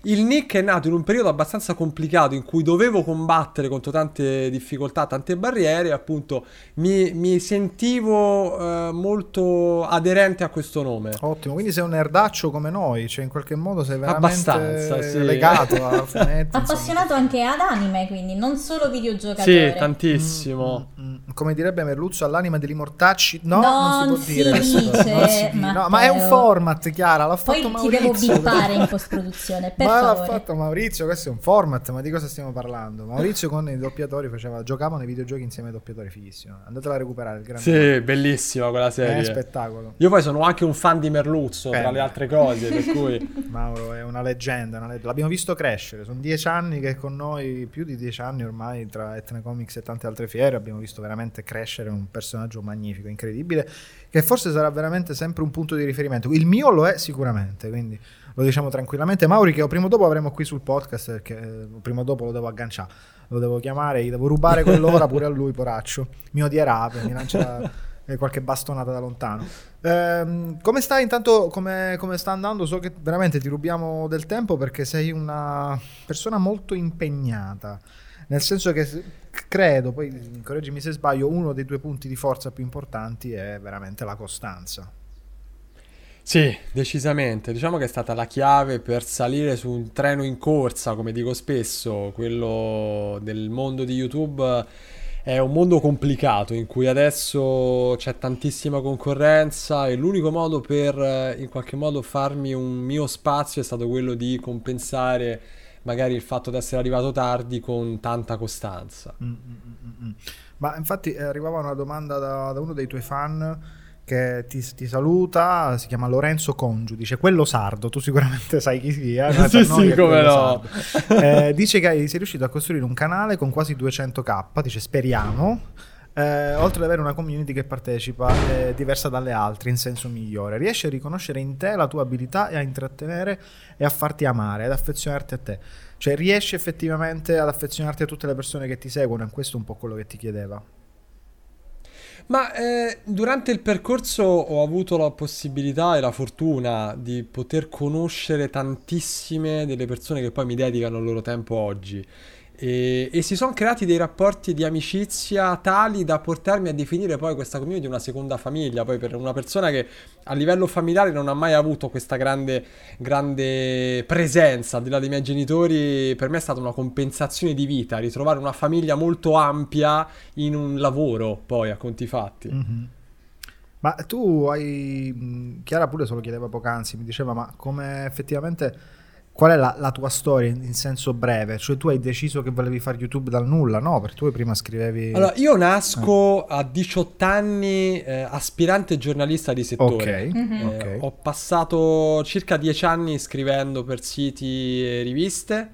il nick è nato in un periodo abbastanza complicato in cui dovevo combattere contro tante difficoltà, tante barriere, e appunto mi sentivo molto aderente a questo nome. Ottimo, quindi sei un nerdaccio come noi, cioè in qualche modo sei Abbastanza, veramente sì. legato a fumetti. Appassionato anche ad anime, quindi non solo videogiocatore. Sì, tantissimo. Come direbbe Merluzzo, all'anima degli mortacci. No, Non non si si può dire questa cosa, dice, non si dice. No, ma è un Matteo. format, Chiara, l'ha Poi fatto ti Maurizio. devo bippare in post-produzione, per Ma l'ha favore. fatto Maurizio, questo è un format, ma di cosa stiamo parlando? Maurizio con i doppiatori giocava nei videogiochi insieme ai doppiatori, fighissimo. Andatela a recuperare, il grande. Sì, bellissima quella È serie. spettacolo. Io poi sono anche un fan di Merluzzo, tra le beh. altre cose, per cui... Mauro è una leggenda, l'abbiamo visto crescere, sono 10 anni che è con noi, più di 10 anni ormai, tra Etne Comics e tante altre fiere, abbiamo visto veramente crescere un personaggio magnifico, incredibile, che forse sarà veramente sempre un punto di riferimento. Il mio lo è sicuramente, quindi lo diciamo tranquillamente. Mauri, che prima o dopo avremo qui sul podcast, perché prima o dopo lo devo agganciare, lo devo chiamare, gli devo rubare quell'ora pure a lui, poraccio, mi odierà, mi lancerà qualche bastonata da lontano. Come stai intanto, come sta andando? So che veramente ti rubiamo del tempo perché sei una persona molto impegnata, nel senso che credo, poi correggimi se sbaglio, uno dei tuoi punti di forza più importanti è veramente la costanza. Sì, decisamente. Diciamo che è stata la chiave per salire su un treno in corsa, come dico spesso. Quello del mondo di YouTube è un mondo complicato in cui adesso c'è tantissima concorrenza e l'unico modo per in qualche modo farmi un mio spazio è stato quello di compensare magari il fatto di essere arrivato tardi con tanta costanza. Ma infatti arrivava una domanda da uno dei tuoi fan che ti saluta, si chiama Lorenzo Congiu, dice quello sardo, tu sicuramente sai chi sia, Sì, sì, come no. Dice che sei riuscito a costruire un canale con quasi 200k, dice speriamo, oltre ad avere una community che partecipa diversa dalle altre in senso migliore, riesci a riconoscere in te la tua abilità e a intrattenere e a farti amare, ad affezionarti a te, cioè riesci effettivamente ad affezionarti a tutte le persone che ti seguono, e questo è un po' quello che ti chiedeva. Ma durante il percorso ho avuto la possibilità e la fortuna di poter conoscere tantissime delle persone che poi mi dedicano il loro tempo oggi. E si sono creati dei rapporti di amicizia tali da portarmi a definire poi questa community una seconda famiglia. Poi per una persona che a livello familiare non ha mai avuto questa grande presenza al di là dei miei genitori, per me è stata una compensazione di vita, ritrovare una famiglia molto ampia in un lavoro poi a conti fatti. Mm-hmm. Ma tu Chiara pure se lo chiedeva poc'anzi, mi diceva ma come effettivamente... Qual è la tua storia in senso breve? Cioè tu hai deciso che volevi fare YouTube dal nulla, no? Perché tu prima scrivevi... Allora, io nasco a 18 anni aspirante giornalista di settore. Ok. Ho passato circa 10 anni scrivendo per siti e riviste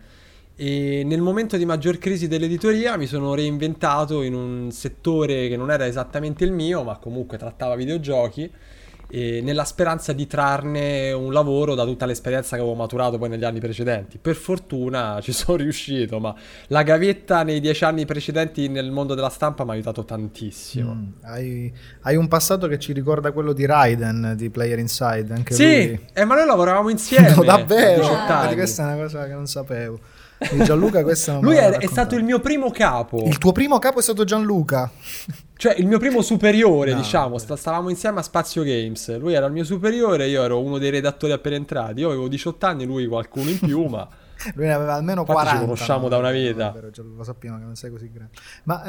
e nel momento di maggior crisi dell'editoria mi sono reinventato in un settore che non era esattamente il mio, ma comunque trattava videogiochi, e nella speranza di trarne un lavoro da tutta l'esperienza che avevo maturato poi negli anni precedenti. Per fortuna ci sono riuscito, ma la gavetta nei 10 anni precedenti nel mondo della stampa mi ha aiutato tantissimo. Hai un passato che ci ricorda quello di Raiden di Player Inside, anche sì, lui. Ma noi lavoravamo insieme. No, davvero? a 18 anni. Questa è una cosa che non sapevo. Di Gianluca questa non lui me l'ha è stato il mio primo capo. Il tuo primo capo è stato Gianluca? Cioè il mio primo superiore, No, diciamo. Stavamo insieme a Spazio Games. Lui era il mio superiore, io ero uno dei redattori appena entrati. Io avevo 18 anni, lui qualcuno in più, ma lui ne aveva almeno infatti 40. ci conosciamo da una vita. Vero, lo sappiamo che non sei così grande.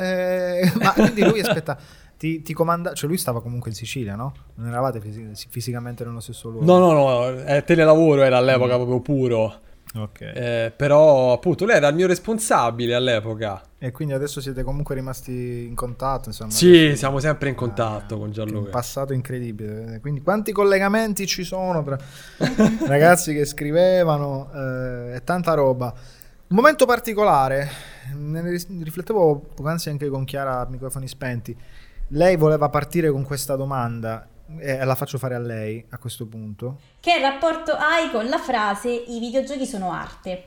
Ma quindi lui, aspetta, ti comanda... Cioè lui stava comunque in Sicilia, no? Non eravate fisicamente nello stesso luogo? No, telelavoro era all'epoca proprio puro. Ok. Però appunto lui era il mio responsabile all'epoca. E quindi adesso siete comunque rimasti in contatto, insomma? Sì, siamo sempre in contatto con Gianluca. Un passato incredibile. Quindi quanti collegamenti ci sono tra ragazzi che scrivevano e tanta roba. Un momento particolare, ne riflettevo poc'anzi anche con Chiara a microfoni spenti. Lei voleva partire con questa domanda e la faccio fare a lei a questo punto. Che rapporto hai con la frase i videogiochi sono arte?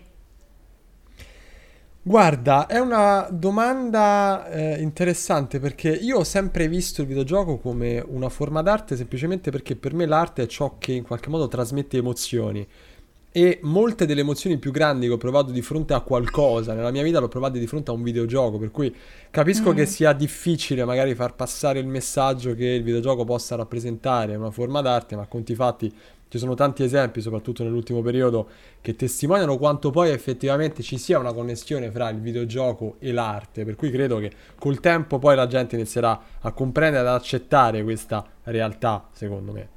Guarda, è una domanda interessante perché io ho sempre visto il videogioco come una forma d'arte semplicemente perché per me l'arte è ciò che in qualche modo trasmette emozioni E molte delle emozioni più grandi che ho provato di fronte a qualcosa nella mia vita l'ho provate di fronte a un videogioco, per cui capisco che sia difficile magari far passare il messaggio che il videogioco possa rappresentare una forma d'arte, ma a conti fatti ci sono tanti esempi, soprattutto nell'ultimo periodo, che testimoniano quanto poi effettivamente ci sia una connessione fra il videogioco e l'arte, per cui credo che col tempo poi la gente inizierà a comprendere e ad accettare questa realtà, secondo me.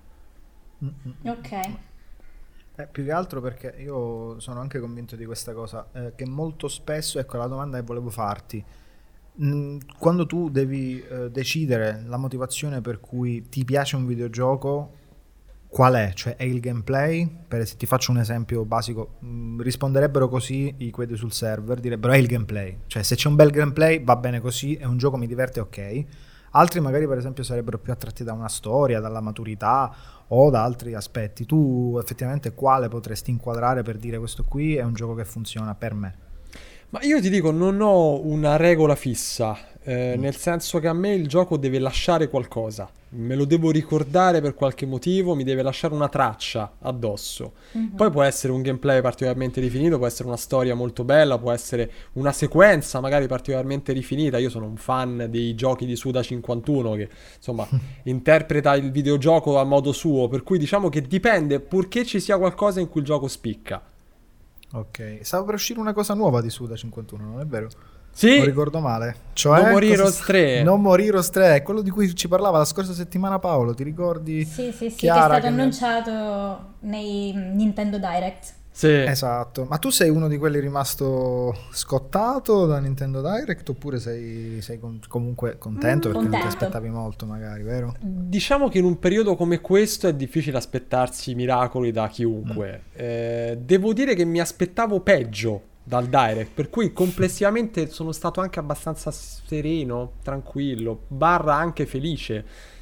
Ok. Più che altro perché io sono anche convinto di questa cosa, che molto spesso, ecco la domanda che volevo farti, quando tu devi decidere la motivazione per cui ti piace un videogioco, qual è? Cioè è il gameplay? Se ti faccio un esempio basico, risponderebbero così i quelli sul server, direbbero è il gameplay, cioè se c'è un bel gameplay va bene così, è un gioco, mi diverte, ok. Altri magari per esempio sarebbero più attratti da una storia, dalla maturità o da altri aspetti. Tu effettivamente quale potresti inquadrare per dire questo qui è un gioco che funziona per me? Ma io ti dico, non ho una regola fissa, nel senso che a me il gioco deve lasciare qualcosa, me lo devo ricordare per qualche motivo, mi deve lasciare una traccia addosso. Poi può essere un gameplay particolarmente rifinito, può essere una storia molto bella, può essere una sequenza magari particolarmente rifinita. Io sono un fan dei giochi di Suda51 che insomma interpreta il videogioco a modo suo, per cui diciamo che dipende, purché ci sia qualcosa in cui il gioco spicca. Ok, stava per uscire una cosa nuova di Suda51, non è vero? Sì, Non ricordo male. Cioè, No More Heroes 3. No More Heroes 3, quello di cui ci parlava la scorsa settimana Paolo, ti ricordi? Sì, Chiara, che è stato annunciato nei Nintendo Direct. Sì. Esatto, ma tu sei uno di quelli rimasto scottato da Nintendo Direct oppure sei comunque contento perché non ti Contento. aspettavi molto magari, vero? Diciamo che in un periodo come questo è difficile aspettarsi miracoli da chiunque. Devo dire che mi aspettavo peggio dal Direct, per cui complessivamente sono stato anche abbastanza sereno, tranquillo, barra anche felice.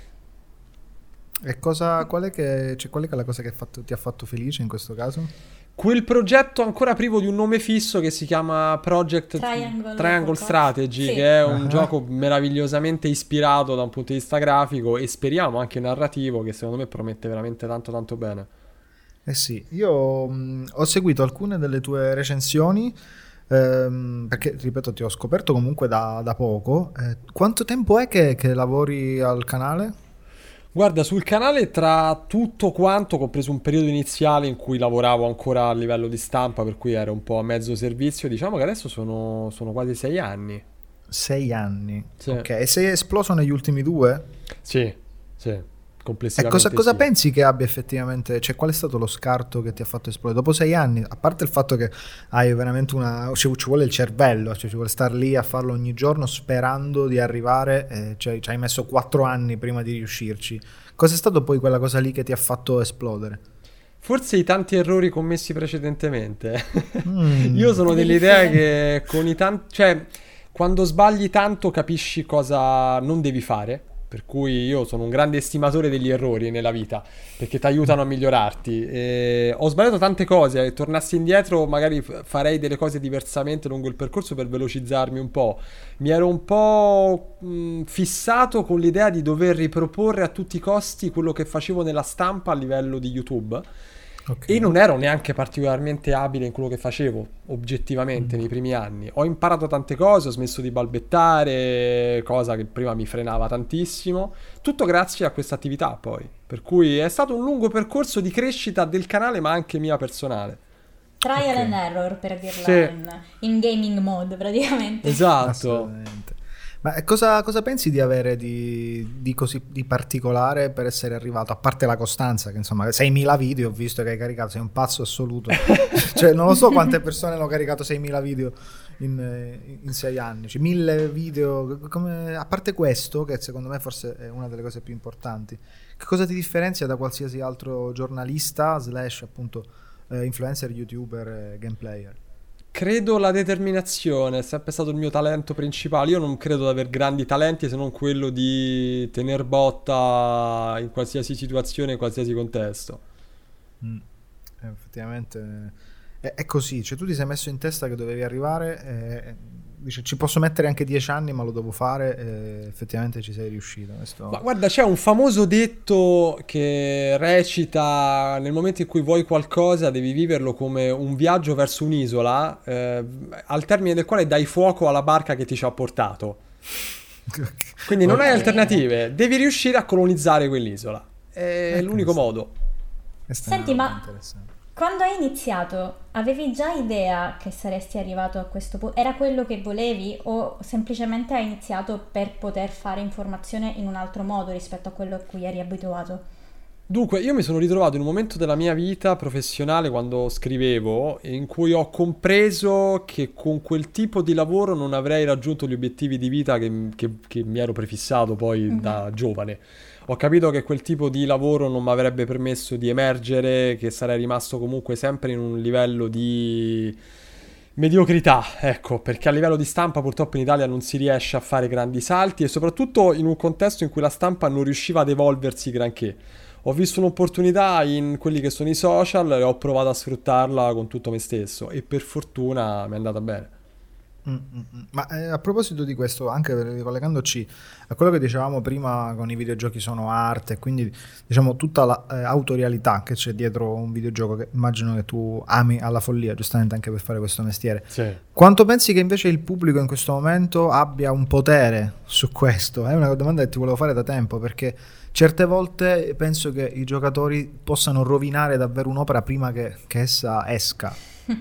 E qual è che è la cosa che ti ha fatto felice in questo caso? Quel progetto ancora privo di un nome fisso che si chiama Project Triangle Strategy, Sì. che è un gioco meravigliosamente ispirato da un punto di vista grafico e speriamo anche narrativo, che secondo me promette veramente tanto tanto bene. Eh sì, io ho seguito alcune delle tue recensioni perché, ripeto, ti ho scoperto comunque da poco. Quanto tempo è che lavori al canale? Guarda, sul canale tra tutto quanto, compreso un periodo iniziale in cui lavoravo ancora a livello di stampa, per cui ero un po' a mezzo servizio, diciamo che adesso sono quasi 6 anni. 6 anni. Sì. Ok, e sei esploso negli ultimi 2? Sì, E complessivamente cosa sì. pensi che abbia effettivamente, cioè qual è stato lo scarto che ti ha fatto esplodere dopo 6 anni? A parte il fatto che hai veramente ci vuole il cervello, cioè ci vuole star lì a farlo ogni giorno sperando di arrivare, cioè ci hai messo 4 anni prima di riuscirci. Cos'è stato poi quella cosa lì che ti ha fatto esplodere? Forse i tanti errori commessi precedentemente. Io sono dell'idea che con i tanti, cioè quando sbagli tanto capisci cosa non devi fare. Per cui io sono un grande estimatore degli errori nella vita, perché ti aiutano a migliorarti. Ho sbagliato tante cose, tornassi indietro magari farei delle cose diversamente lungo il percorso per velocizzarmi un po'. Mi ero un po' fissato con l'idea di dover riproporre a tutti i costi quello che facevo nella stampa a livello di YouTube. Okay. E non ero neanche particolarmente abile in quello che facevo, oggettivamente, nei primi anni. Ho imparato tante cose, ho smesso di balbettare, cosa che prima mi frenava tantissimo. Tutto grazie a questa attività, poi. Per cui è stato un lungo percorso di crescita del canale, ma anche mia personale. Trial and error, per dirla Sì. in gaming mode, praticamente. Esatto. Assolutamente. Ma cosa pensi di avere di così di particolare per essere arrivato, a parte la costanza, che insomma 6.000 video ho visto che hai caricato, sei un pazzo assoluto. Cioè non lo so quante persone hanno caricato 6.000 video in 6 anni, cioè 1.000 video, a parte questo, che secondo me forse è una delle cose più importanti, che cosa ti differenzia da qualsiasi altro giornalista / appunto influencer, youtuber, gameplayer? Credo la determinazione, è sempre stato il mio talento principale. Io non credo di aver grandi talenti se non quello di tener botta in qualsiasi situazione, in qualsiasi contesto. Effettivamente è così, cioè tu ti sei messo in testa che dovevi arrivare, dice ci posso mettere anche 10 anni ma lo devo fare, e effettivamente ci sei riuscito. Ma guarda, c'è un famoso detto che recita: nel momento in cui vuoi qualcosa devi viverlo come un viaggio verso un'isola, al termine del quale dai fuoco alla barca che ti ci ha portato. Quindi non hai alternative, devi riuscire a colonizzare quell'isola, è l'unico modo. Senti, ma quando hai iniziato avevi già idea che saresti arrivato a questo punto? Era quello che volevi o semplicemente hai iniziato per poter fare informazione in un altro modo rispetto a quello a cui eri abituato? Dunque, io mi sono ritrovato in un momento della mia vita professionale, quando scrivevo, in cui ho compreso che con quel tipo di lavoro non avrei raggiunto gli obiettivi di vita che mi ero prefissato poi da giovane. Ho capito che quel tipo di lavoro non mi avrebbe permesso di emergere, che sarei rimasto comunque sempre in un livello di mediocrità, ecco, perché a livello di stampa purtroppo in Italia non si riesce a fare grandi salti, e soprattutto in un contesto in cui la stampa non riusciva ad evolversi granché. Ho visto un'opportunità in quelli che sono i social e ho provato a sfruttarla con tutto me stesso, e per fortuna mi è andata bene. Ma a proposito di questo, anche ricollegandoci a quello che dicevamo prima, con i videogiochi sono arte, quindi diciamo tutta la autorialità che c'è dietro un videogioco, che immagino che tu ami alla follia, giustamente anche per fare questo mestiere. Sì. Quanto pensi che invece il pubblico in questo momento abbia un potere su questo? È una domanda che ti volevo fare da tempo, perché certe volte penso che i giocatori possano rovinare davvero un'opera prima che essa esca.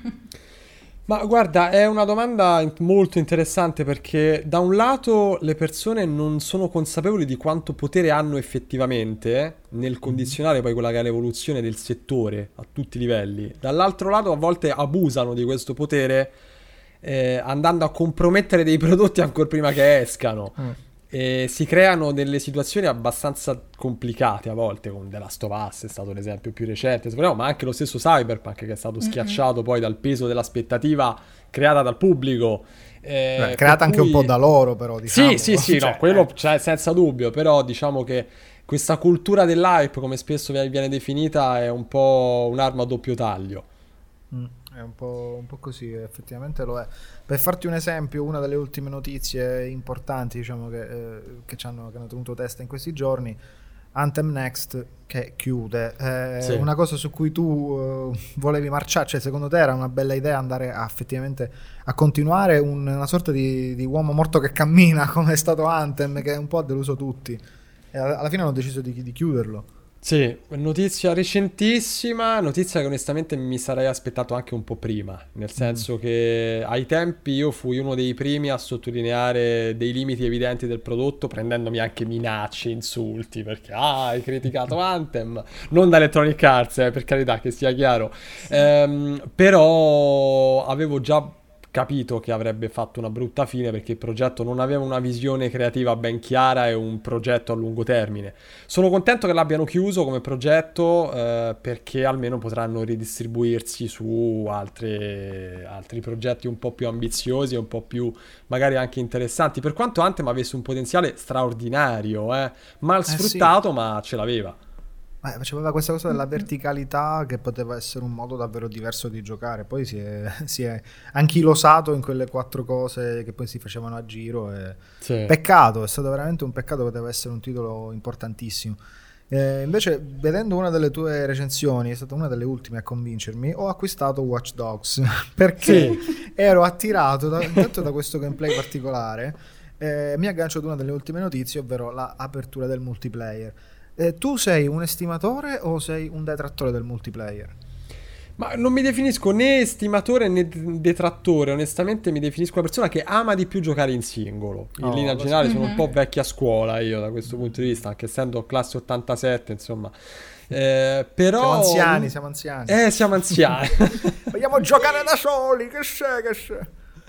Ma guarda, è una domanda molto interessante, perché da un lato le persone non sono consapevoli di quanto potere hanno effettivamente nel condizionare poi quella che è l'evoluzione del settore a tutti i livelli. Dall'altro lato a volte abusano di questo potere, andando a compromettere dei prodotti ancora prima che escano. E si creano delle situazioni abbastanza complicate a volte, con The Last of Us è stato l'esempio più recente, ma anche lo stesso Cyberpunk, che è stato schiacciato poi dal peso dell'aspettativa creata dal pubblico, creata anche un po' da loro, però diciamo. Sì, cioè, no, quello c'è senza dubbio, però diciamo che questa cultura dell'hype, come spesso viene definita, è un po' un'arma a doppio taglio. È un po' così, effettivamente lo è. Per farti un esempio, una delle ultime notizie importanti, diciamo, che hanno tenuto testa in questi giorni, Anthem Next che chiude. Sì. Una cosa su cui tu volevi marciare, cioè secondo te era una bella idea andare effettivamente a continuare una sorta di uomo morto che cammina, come è stato Anthem, che un po' ha deluso tutti, e alla fine hanno deciso di chiuderlo. Sì, notizia recentissima, notizia che onestamente mi sarei aspettato anche un po' prima, nel senso che ai tempi io fui uno dei primi a sottolineare dei limiti evidenti del prodotto, prendendomi anche minacce, insulti, perché hai criticato Anthem, non da Electronic Arts, per carità, che sia chiaro, però avevo già capito che avrebbe fatto una brutta fine, perché il progetto non aveva una visione creativa ben chiara e un progetto a lungo termine. Sono contento che l'abbiano chiuso come progetto, perché almeno potranno ridistribuirsi su altri progetti un po' più ambiziosi e un po' più magari anche interessanti, per quanto Anthem avesse un potenziale straordinario, mal sfruttato, sì. Ma ce l'aveva. C'era questa cosa della verticalità, che poteva essere un modo davvero diverso di giocare. Poi si è anchilosato in quelle 4 cose che poi si facevano a giro. Sì. Peccato, è stato veramente un peccato, poteva essere un titolo importantissimo. Invece, vedendo una delle tue recensioni, è stata una delle ultime a convincermi, ho acquistato Watch Dogs perché ero attirato intanto da questo gameplay particolare. Mi aggancio ad una delle ultime notizie, ovvero l'apertura del multiplayer. Tu sei un estimatore o sei un detrattore del multiplayer? Ma non mi definisco né estimatore né detrattore, onestamente mi definisco una persona che ama di più giocare in singolo. In linea generale sono un po' vecchia scuola io da questo punto di vista, anche essendo classe 87, insomma. Però siamo anziani. Siamo anziani. Vogliamo giocare da soli, che c'è?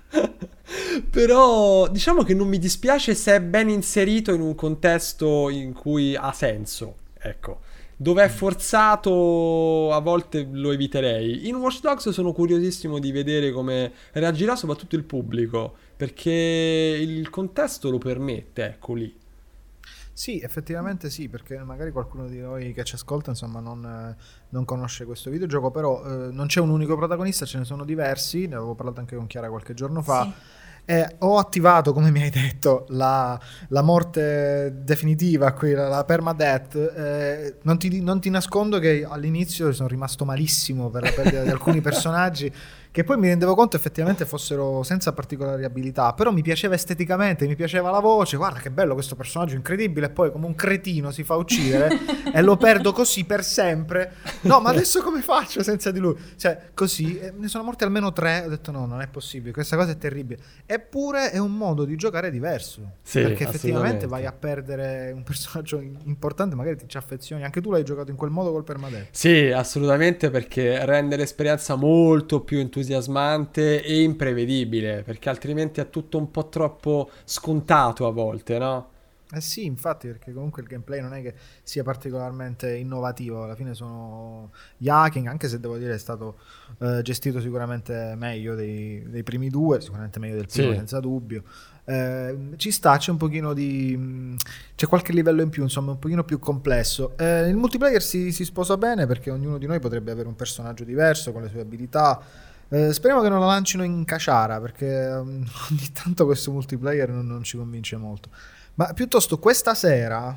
Però diciamo che non mi dispiace se è ben inserito in un contesto in cui ha senso, ecco. Dove è forzato a volte lo eviterei. In Watch Dogs sono curiosissimo di vedere come reagirà soprattutto il pubblico, perché il contesto lo permette, ecco lì. Sì, effettivamente sì, perché magari qualcuno di noi che ci ascolta insomma non conosce questo videogioco, però non c'è un unico protagonista, ce ne sono diversi, ne avevo parlato anche con Chiara qualche giorno fa. Sì. Ho attivato, come mi hai detto, la morte definitiva, qui, la permadeath. Non ti nascondo che all'inizio sono rimasto malissimo per la perdita di alcuni personaggi, che poi mi rendevo conto effettivamente fossero senza particolari abilità, però mi piaceva esteticamente, mi piaceva la voce, guarda che bello questo personaggio incredibile, e poi come un cretino si fa uccidere e lo perdo così per sempre. No, ma adesso come faccio senza di lui? Cioè, così, ne sono morti almeno 3, ho detto no, non è possibile, questa cosa è terribile. Eppure è un modo di giocare diverso, Sì, perché effettivamente assolutamente. vai a perdere un personaggio importante, magari ti ci affezioni, anche tu l'hai giocato in quel modo col permadeath. Sì, assolutamente, perché rende l'esperienza molto più entusiasmante e imprevedibile, perché altrimenti è tutto un po' troppo scontato a volte, no? Eh sì, infatti, perché comunque il gameplay non è che sia particolarmente innovativo, alla fine sono gli hacking, anche se devo dire è stato gestito sicuramente meglio dei primi due, sicuramente meglio del primo, Sì. senza dubbio. Ci sta, c'è un pochino c'è qualche livello in più, insomma, un pochino più complesso. Il multiplayer si sposa bene perché ognuno di noi potrebbe avere un personaggio diverso con le sue abilità. Speriamo che non la lancino in caciara, perché ogni tanto questo multiplayer non ci convince molto. Ma piuttosto questa sera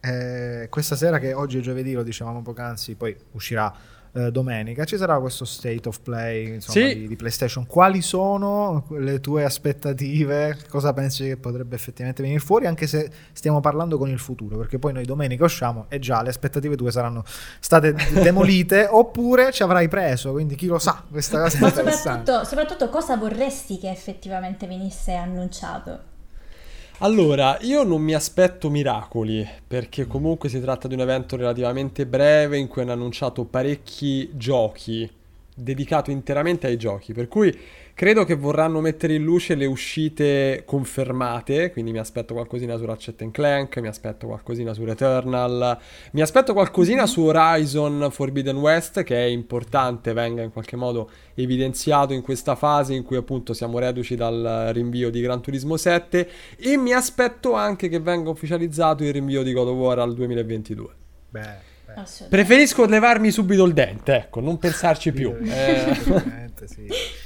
che oggi è giovedì, lo dicevamo poc'anzi, poi uscirà domenica, ci sarà questo State of Play, insomma, Sì. di PlayStation. Quali sono le tue aspettative? Cosa pensi che potrebbe effettivamente venire fuori, anche se stiamo parlando con il futuro, perché poi noi domenica usciamo e già le aspettative tue saranno state demolite oppure ci avrai preso, quindi chi lo sa, questa cosa è Ma interessante. soprattutto cosa vorresti che effettivamente venisse annunciato? Allora, io non mi aspetto miracoli, perché comunque si tratta di un evento relativamente breve in cui hanno annunciato parecchi giochi, dedicato interamente ai giochi, per cui credo che vorranno mettere in luce le uscite confermate, quindi mi aspetto qualcosina su Ratchet Clank, mi aspetto qualcosina su Returnal, mi aspetto qualcosina su Horizon Forbidden West, che è importante venga in qualche modo evidenziato in questa fase in cui appunto siamo reduci dal rinvio di Gran Turismo 7, e mi aspetto anche che venga ufficializzato il rinvio di God of War al 2022. Beh. Assolutamente. Preferisco levarmi subito il dente, ecco, non pensarci più. Sicuramente sì.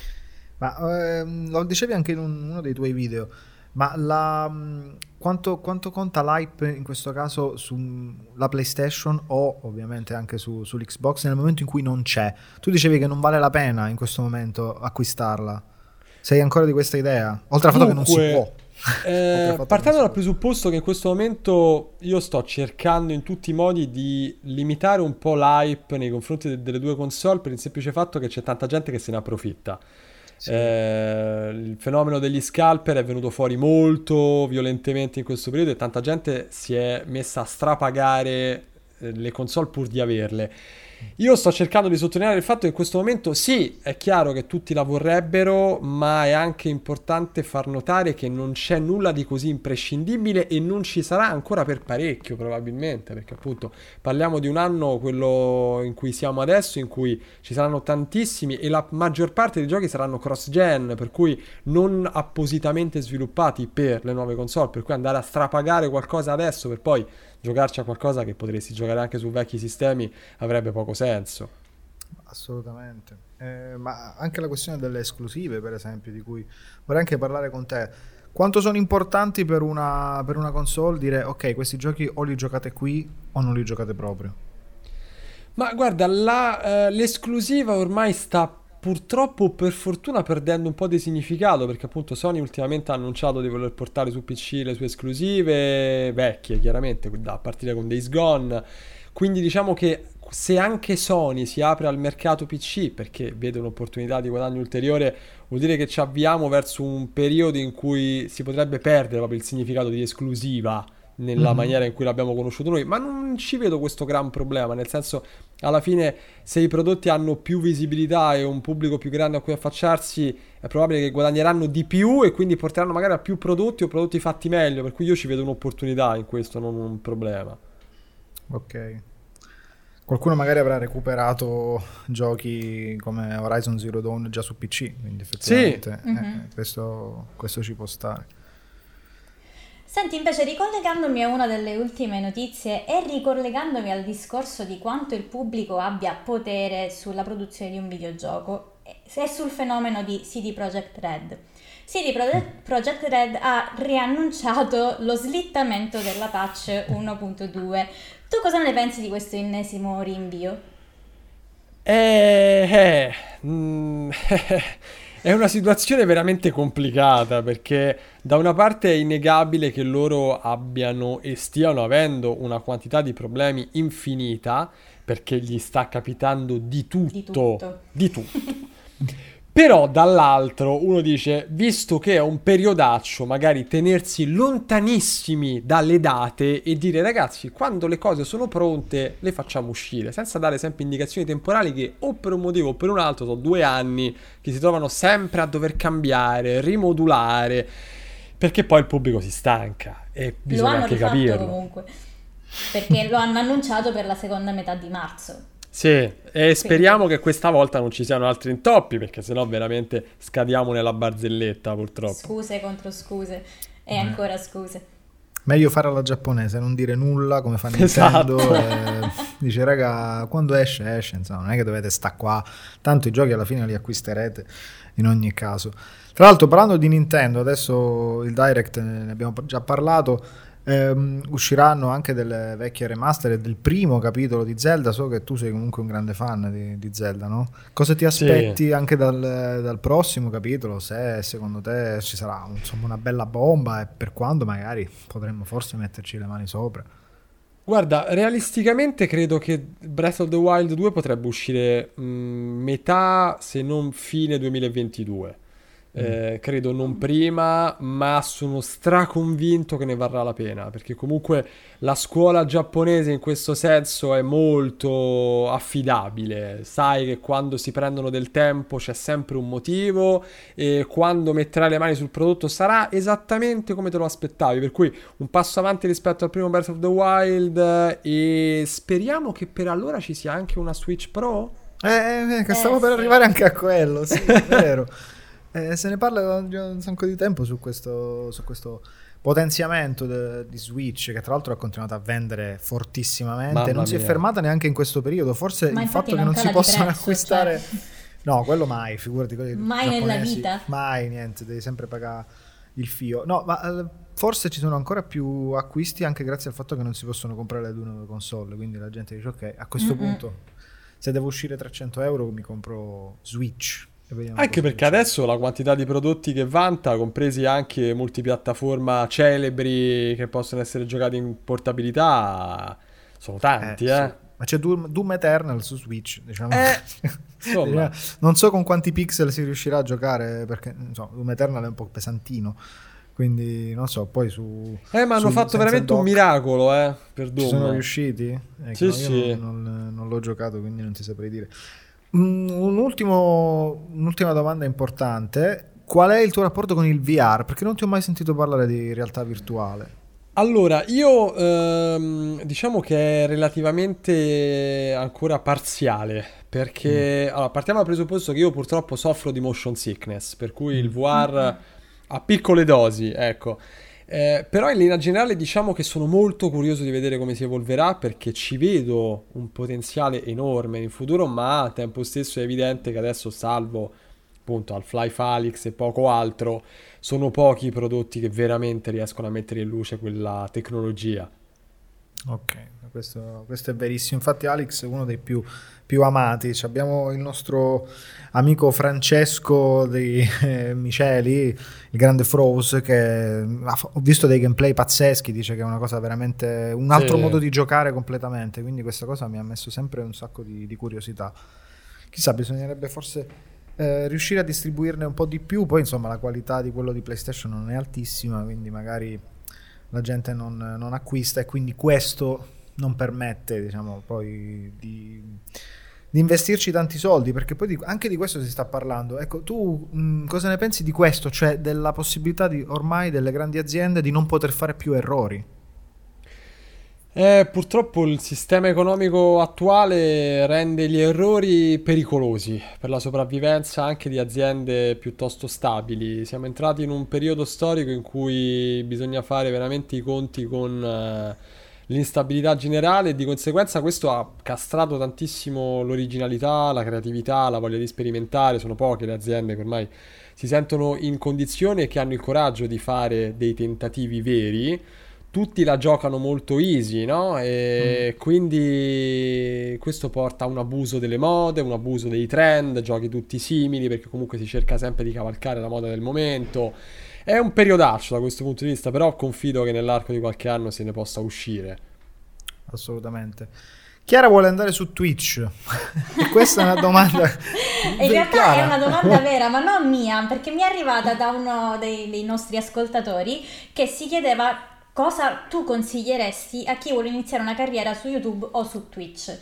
Ma lo dicevi anche in uno dei tuoi video, ma quanto conta l'hype in questo caso sulla PlayStation o ovviamente anche sull'Xbox nel momento in cui non c'è? Tu dicevi che non vale la pena in questo momento acquistarla. Sei ancora di questa idea? Oltre al fatto che non si può. Partendo dal presupposto che in questo momento io sto cercando in tutti i modi di limitare un po' l'hype nei confronti delle due console, per il semplice fatto che c'è tanta gente che se ne approfitta. Sì. Il fenomeno degli scalper è venuto fuori molto violentemente in questo periodo e tanta gente si è messa a strapagare le console pur di averle. Io sto cercando di sottolineare il fatto che in questo momento sì, è chiaro che tutti la vorrebbero, ma è anche importante far notare che non c'è nulla di così imprescindibile e non ci sarà ancora per parecchio probabilmente, perché appunto parliamo di un anno, quello in cui siamo adesso, in cui ci saranno tantissimi e la maggior parte dei giochi saranno cross-gen, per cui non appositamente sviluppati per le nuove console, per cui andare a strapagare qualcosa adesso per poi giocarci a qualcosa che potresti giocare anche su vecchi sistemi avrebbe poco senso. Assolutamente. Ma anche la questione delle esclusive, per esempio, di cui vorrei anche parlare con te. Quanto sono importanti per una console dire ok, questi giochi o li giocate qui o non li giocate proprio? Ma guarda, l'esclusiva ormai sta purtroppo, per fortuna, perdendo un po' di significato, perché appunto Sony ultimamente ha annunciato di voler portare su PC le sue esclusive vecchie, chiaramente, a partire con Days Gone. Quindi diciamo che se anche Sony si apre al mercato PC perché vede un'opportunità di guadagno ulteriore, vuol dire che ci avviamo verso un periodo in cui si potrebbe perdere proprio il significato di esclusiva nella maniera in cui l'abbiamo conosciuto noi, ma non ci vedo questo gran problema, nel senso, alla fine se i prodotti hanno più visibilità e un pubblico più grande a cui affacciarsi, è probabile che guadagneranno di più e quindi porteranno magari a più prodotti o prodotti fatti meglio, per cui io ci vedo un'opportunità in questo, non un problema. Ok. Qualcuno magari avrà recuperato giochi come Horizon Zero Dawn già su PC, quindi effettivamente questo ci può stare. Senti, invece, ricollegandomi a una delle ultime notizie e ricollegandomi al discorso di quanto il pubblico abbia potere sulla produzione di un videogioco e sul fenomeno di CD Projekt Red. Projekt Red ha riannunciato lo slittamento della patch 1.2. Tu cosa ne pensi di questo ennesimo rinvio? È una situazione veramente complicata, perché da una parte è innegabile che loro abbiano e stiano avendo una quantità di problemi infinita, perché gli sta capitando di tutto. Però dall'altro uno dice, visto che è un periodaccio, magari tenersi lontanissimi dalle date e dire ragazzi, quando le cose sono pronte le facciamo uscire, senza dare sempre indicazioni temporali che o per un motivo o per un altro sono 2 anni che si trovano sempre a dover cambiare, rimodulare, perché poi il pubblico si stanca e bisogna anche capirlo. Comunque, perché lo hanno annunciato per la seconda metà di marzo. Sì, e speriamo che questa volta non ci siano altri intoppi, perché sennò veramente scadiamo nella barzelletta, purtroppo. Scuse contro scuse e ancora scuse. Meglio fare alla giapponese, non dire nulla come fa Nintendo. Esatto. Dice raga, quando esce, insomma, non è che dovete sta qua, tanto i giochi alla fine li acquisterete in ogni caso. Tra l'altro, parlando di Nintendo, adesso il Direct ne abbiamo già parlato. Usciranno anche delle vecchie remaster del primo capitolo di Zelda. So che tu sei comunque un grande fan di Zelda, no? Cosa ti aspetti anche dal prossimo capitolo? Se secondo te ci sarà insomma una bella bomba, e per quando magari potremmo forse metterci le mani sopra. Guarda, realisticamente credo che Breath of the Wild 2 potrebbe uscire metà, se non fine 2022. Credo non prima, ma sono straconvinto che ne varrà la pena, perché comunque la scuola giapponese in questo senso è molto affidabile. Sai che quando si prendono del tempo c'è sempre un motivo, e quando metterai le mani sul prodotto sarà esattamente come te lo aspettavi, per cui un passo avanti rispetto al primo Breath of the Wild, e speriamo che per allora ci sia anche una Switch Pro. Che stavo per arrivare anche a quello, sì, è vero. Se ne parla da un sacco di tempo su questo potenziamento di Switch, che tra l'altro ha continuato a vendere fortissimamente. Mamma non si è mia. fermata neanche in questo periodo. Forse Ma il infatti fatto che non non si cala di possano prezzo, acquistare, cioè. no, quello mai, figurati, quelli Mai nella giapponesi, vita. mai, niente, devi sempre pagare il fio. No, ma forse ci sono ancora più acquisti anche grazie al fatto che non si possono comprare le 2 nuove console, quindi la gente dice ok, a questo punto se devo uscire 300 euro mi compro Switch. Anche perché adesso la quantità di prodotti che vanta, compresi anche multipiattaforma celebri che possono essere giocati in portabilità, sono tanti, sì. Ma c'è Doom Eternal su Switch, diciamo. Insomma. Non so con quanti pixel si riuscirà a giocare, perché insomma, Doom Eternal è un po' pesantino, quindi non so, poi su... ma hanno fatto veramente un miracolo, per Doom. Ci sono riusciti? Ecco, Sì, io sì. non l'ho giocato, quindi non ti saprei dire. Un'ultima domanda importante: qual è il tuo rapporto con il VR? Perché non ti ho mai sentito parlare di realtà virtuale. Allora, io diciamo che è relativamente ancora parziale, perché allora, partiamo dal presupposto che io purtroppo soffro di motion sickness, per cui il VR a piccole dosi, ecco. Però in linea generale diciamo che sono molto curioso di vedere come si evolverà, perché ci vedo un potenziale enorme in futuro, ma al tempo stesso è evidente che adesso, salvo appunto Half-Life Alyx e poco altro, sono pochi i prodotti che veramente riescono a mettere in luce quella tecnologia. Ok, questo è verissimo. Infatti Alex è uno dei più amati. Abbiamo il nostro amico Francesco dei Miceli, il grande Froze, che ho visto dei gameplay pazzeschi, dice che è una cosa veramente un altro modo di giocare completamente, quindi questa cosa mi ha messo sempre un sacco di curiosità. Chissà, bisognerebbe forse riuscire a distribuirne un po' di più. Poi insomma la qualità di quello di PlayStation non è altissima, quindi magari la gente non acquista, e quindi questo non permette, diciamo, poi di investirci tanti soldi, perché poi anche di questo si sta parlando. Ecco, tu cosa ne pensi di questo, cioè della possibilità ormai delle grandi aziende di non poter fare più errori? Purtroppo il sistema economico attuale rende gli errori pericolosi per la sopravvivenza anche di aziende piuttosto stabili. Siamo entrati in un periodo storico in cui bisogna fare veramente i conti con l'instabilità generale e di conseguenza questo ha castrato tantissimo l'originalità, la creatività, la voglia di sperimentare. Sono poche le aziende che ormai si sentono in condizione e che hanno il coraggio di fare dei tentativi veri. Tutti la giocano molto easy, no? E quindi questo porta a un abuso delle mode, un abuso dei trend, giochi tutti simili perché comunque si cerca sempre di cavalcare la moda del momento. È un periodaccio da questo punto di vista, però confido che nell'arco di qualche anno se ne possa uscire. Assolutamente. Chiara vuole andare su Twitch e questa è una domanda in realtà Chiara. è una domanda vera, ma non mia, perché mi è arrivata da uno dei nostri ascoltatori che si chiedeva cosa tu consiglieresti a chi vuole iniziare una carriera su YouTube o su Twitch.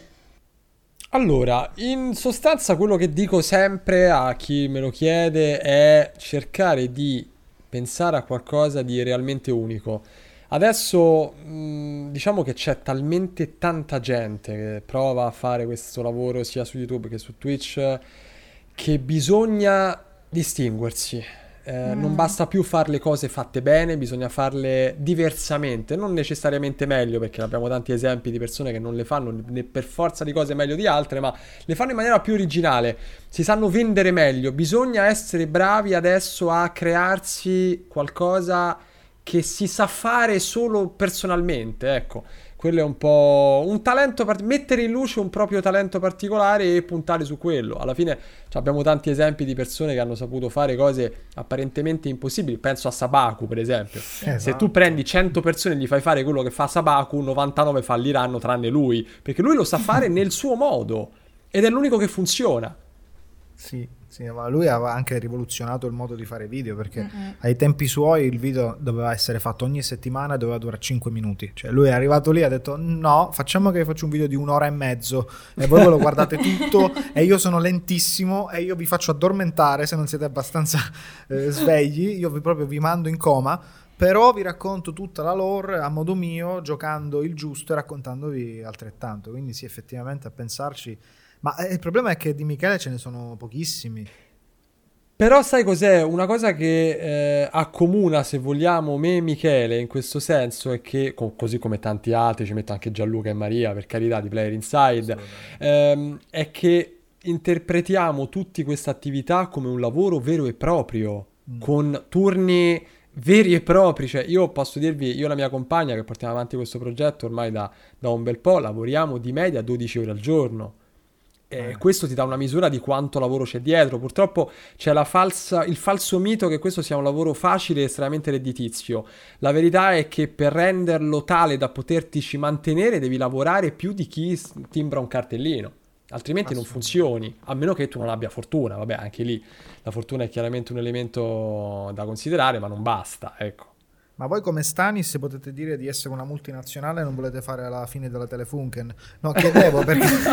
Allora, in sostanza quello che dico sempre a chi me lo chiede è cercare di pensare a qualcosa di realmente unico. Adesso diciamo che c'è talmente tanta gente che prova a fare questo lavoro sia su YouTube che su Twitch che bisogna distinguersi. Non basta più fare le cose fatte bene, bisogna farle diversamente, non necessariamente meglio, perché abbiamo tanti esempi di persone che non le fanno né per forza di cose meglio di altre, ma le fanno in maniera più originale, si sanno vendere meglio. Bisogna essere bravi adesso a crearsi qualcosa che si sa fare solo personalmente, ecco. Quello è un po' un talento, mettere in luce un proprio talento particolare e puntare su quello. Alla fine abbiamo tanti esempi di persone che hanno saputo fare cose apparentemente impossibili. Penso a Sabaku, per esempio. Esatto. Se tu prendi 100 persone e gli fai fare quello che fa Sabaku, 99 falliranno tranne lui, perché lui lo sa fare nel suo modo ed è l'unico che funziona. Sì, ma lui aveva anche rivoluzionato il modo di fare video, perché ai tempi suoi il video doveva essere fatto ogni settimana e doveva durare 5 minuti. Cioè lui è arrivato lì e ha detto no, facciamo che faccio un video di 1 ora e mezzo e voi ve lo guardate tutto e io sono lentissimo e io vi faccio addormentare se non siete abbastanza svegli, io proprio vi mando in coma, però vi racconto tutta la lore a modo mio, giocando il giusto e raccontandovi altrettanto. Quindi sì, effettivamente a pensarci. Ma il problema è che di Michele ce ne sono pochissimi. Però sai cos'è? Una cosa che accomuna, se vogliamo, me e Michele in questo senso è che, così come tanti altri, ci metto anche Gianluca e Maria, per carità, di Player Inside, è che interpretiamo tutti questa attività come un lavoro vero e proprio, con turni veri e propri. Cioè io posso dirvi, io e la mia compagna che portiamo avanti questo progetto ormai da un bel po', lavoriamo di media 12 ore al giorno. Questo ti dà una misura di quanto lavoro c'è dietro. Purtroppo c'è il falso mito che questo sia un lavoro facile e estremamente redditizio. La verità è che per renderlo tale da potertici mantenere devi lavorare più di chi timbra un cartellino, altrimenti non funzioni, a meno che tu non abbia fortuna. Vabbè, anche lì la fortuna è chiaramente un elemento da considerare, ma non basta, ecco. Ma voi come Stanis potete dire di essere una multinazionale e non volete fare la fine della Telefunken? No, chiedevo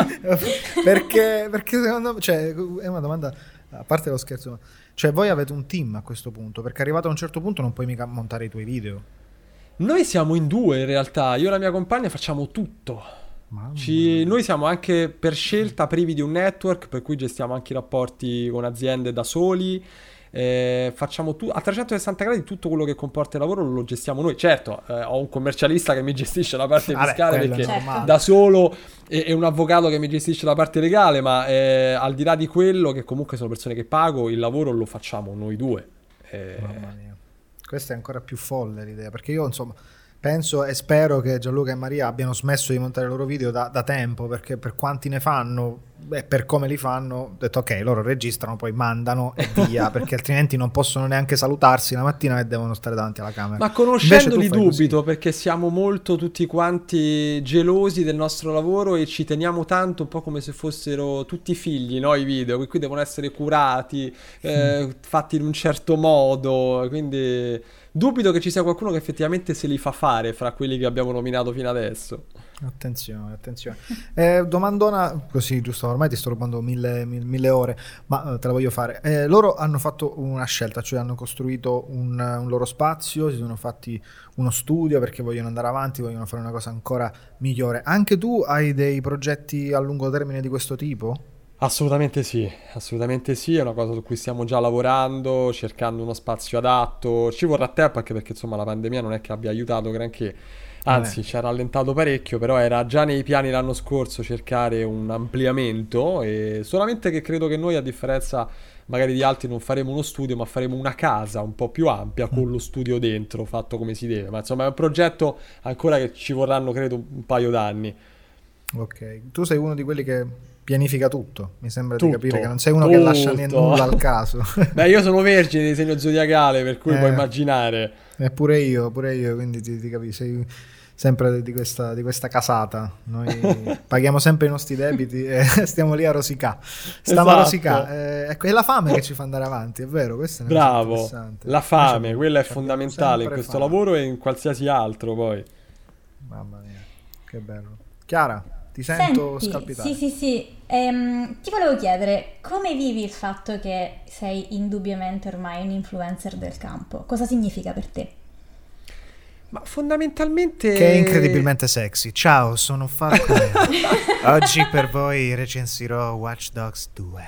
perché secondo me, cioè, è una domanda, a parte lo scherzo, cioè voi avete un team a questo punto, perché arrivato a un certo punto non puoi mica montare i tuoi video. Noi siamo in 2 in realtà, io e la mia compagna facciamo tutto. Noi siamo anche per scelta privi di un network, per cui gestiamo anche i rapporti con aziende da soli. Facciamo a 360 gradi tutto quello che comporta il lavoro lo gestiamo noi. Certo, ho un commercialista che mi gestisce la parte fiscale, perché da solo, e un avvocato che mi gestisce la parte legale, ma al di là di quello, che comunque sono persone che pago, il lavoro lo facciamo noi 2. Mamma mia, questa è ancora più folle l'idea, perché io insomma penso e spero che Gianluca e Maria abbiano smesso di montare i loro video da tempo, perché per quanti ne fanno e per come li fanno, ho detto ok, loro registrano, poi mandano e via, perché altrimenti non possono neanche salutarsi la mattina e devono stare davanti alla camera. Ma conoscendoli dubito, perché siamo molto tutti quanti gelosi del nostro lavoro e ci teniamo tanto, un po' come se fossero tutti figli, no? I video, per cui devono essere curati, fatti in un certo modo, quindi dubito che ci sia qualcuno che effettivamente se li fa fare fra quelli che abbiamo nominato fino adesso. Attenzione. Domandona così, giusto, ormai ti sto rubando mille ore, ma te la voglio fare. Loro hanno fatto una scelta, cioè hanno costruito un loro spazio, si sono fatti uno studio perché vogliono andare avanti, vogliono fare una cosa ancora migliore. Anche tu hai dei progetti a lungo termine di questo tipo? Assolutamente sì, è una cosa su cui stiamo già lavorando, cercando uno spazio adatto. Ci vorrà tempo anche perché insomma la pandemia non è che abbia aiutato granché, anzi ci ha rallentato parecchio, però era già nei piani l'anno scorso cercare un ampliamento, e solamente che credo che noi, a differenza magari di altri, non faremo uno studio ma faremo una casa un po' più ampia con lo studio dentro, fatto come si deve, ma insomma è un progetto ancora che ci vorranno credo un paio d'anni. Ok, tu sei uno di quelli che pianifica tutto, mi sembra di Tutto, capire che non sei uno che lascia nulla al caso. Beh, io sono vergine di segno zodiacale, per cui puoi immaginare. Pure io, quindi ti capisco, sei sempre di questa casata. Noi paghiamo sempre i nostri debiti e stiamo lì a rosicare. Stiamo a rosicare. Ecco, è la fame che ci fa andare avanti, è vero? Questo è Bravo, la fame, quella è ci fondamentale in questo lavoro e in qualsiasi altro poi. Mamma mia, che bello. Chiara, ti sento scalpitare. Sì. Ti volevo chiedere, come vivi il fatto che sei indubbiamente ormai un influencer del campo? Cosa significa per te? Ma fondamentalmente... Che è incredibilmente sexy. Ciao, sono Falco. Oggi per voi recensirò Watch Dogs 2.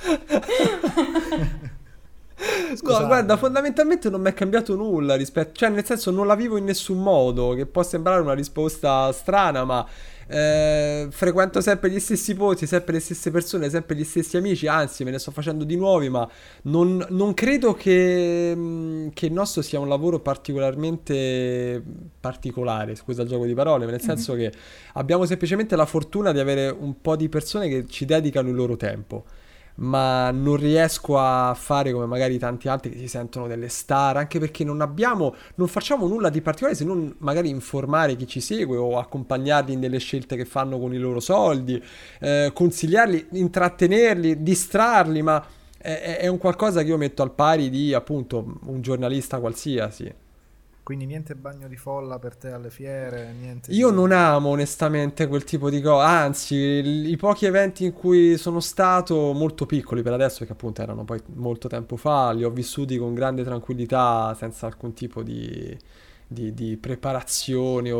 No, guarda, fondamentalmente non mi è cambiato nulla rispetto... Cioè, nel senso, non la vivo in nessun modo, che può sembrare una risposta strana, ma... frequento sempre gli stessi posti, sempre le stesse persone, sempre gli stessi amici, anzi me ne sto facendo di nuovi, ma non credo che il nostro sia un lavoro particolarmente particolare, scusa il gioco di parole, nel senso che abbiamo semplicemente la fortuna di avere un po' di persone che ci dedicano il loro tempo, ma non riesco a fare come magari tanti altri che si sentono delle star, anche perché non facciamo nulla di particolare se non magari informare chi ci segue o accompagnarli nelle scelte che fanno con i loro soldi, consigliarli, intrattenerli, distrarli, ma è un qualcosa che io metto al pari di appunto un giornalista qualsiasi. Quindi niente bagno di folla per te alle fiere, niente. Io non amo onestamente quel tipo di cosa, anzi i pochi eventi in cui sono stato, molto piccoli per adesso perché appunto erano poi molto tempo fa, li ho vissuti con grande tranquillità, senza alcun tipo di preparazione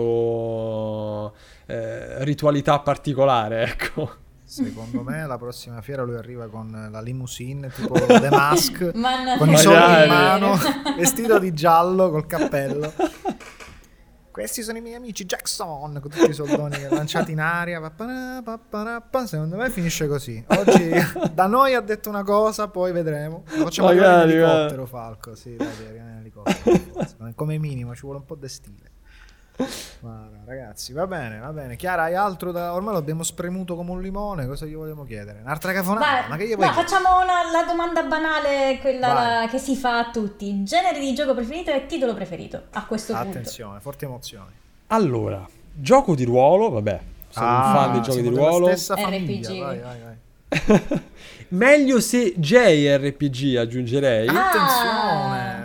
o ritualità particolare, ecco. Secondo me la prossima fiera lui arriva con la limousine tipo The Mask, con i Magari. soldi in mano, vestito di giallo col cappello. Questi sono i miei amici Jackson, con tutti i soldoni lanciati in aria. Secondo me finisce così. Oggi da noi ha detto una cosa, poi vedremo. Lo facciamo arrivare in elicottero, Falco. Sì, dai, arriviamo in elicottero. Come minimo ci vuole un po' di stile. Ma no, ragazzi, va bene. Chiara, hai altro da... Ormai l'abbiamo spremuto come un limone. Cosa gli vogliamo chiedere? Un'altra cafonata? Ma che gli vuoi chiedere? Facciamo la domanda banale, quella che si fa a tutti. Genere di gioco preferito e titolo preferito a questo punto. Attenzione, forti emozioni. Allora, gioco di ruolo, vabbè, sono un fan dei giochi di ruolo. Stessa famiglia. RPG. Vai. Meglio se JRPG aggiungerei. Attenzione.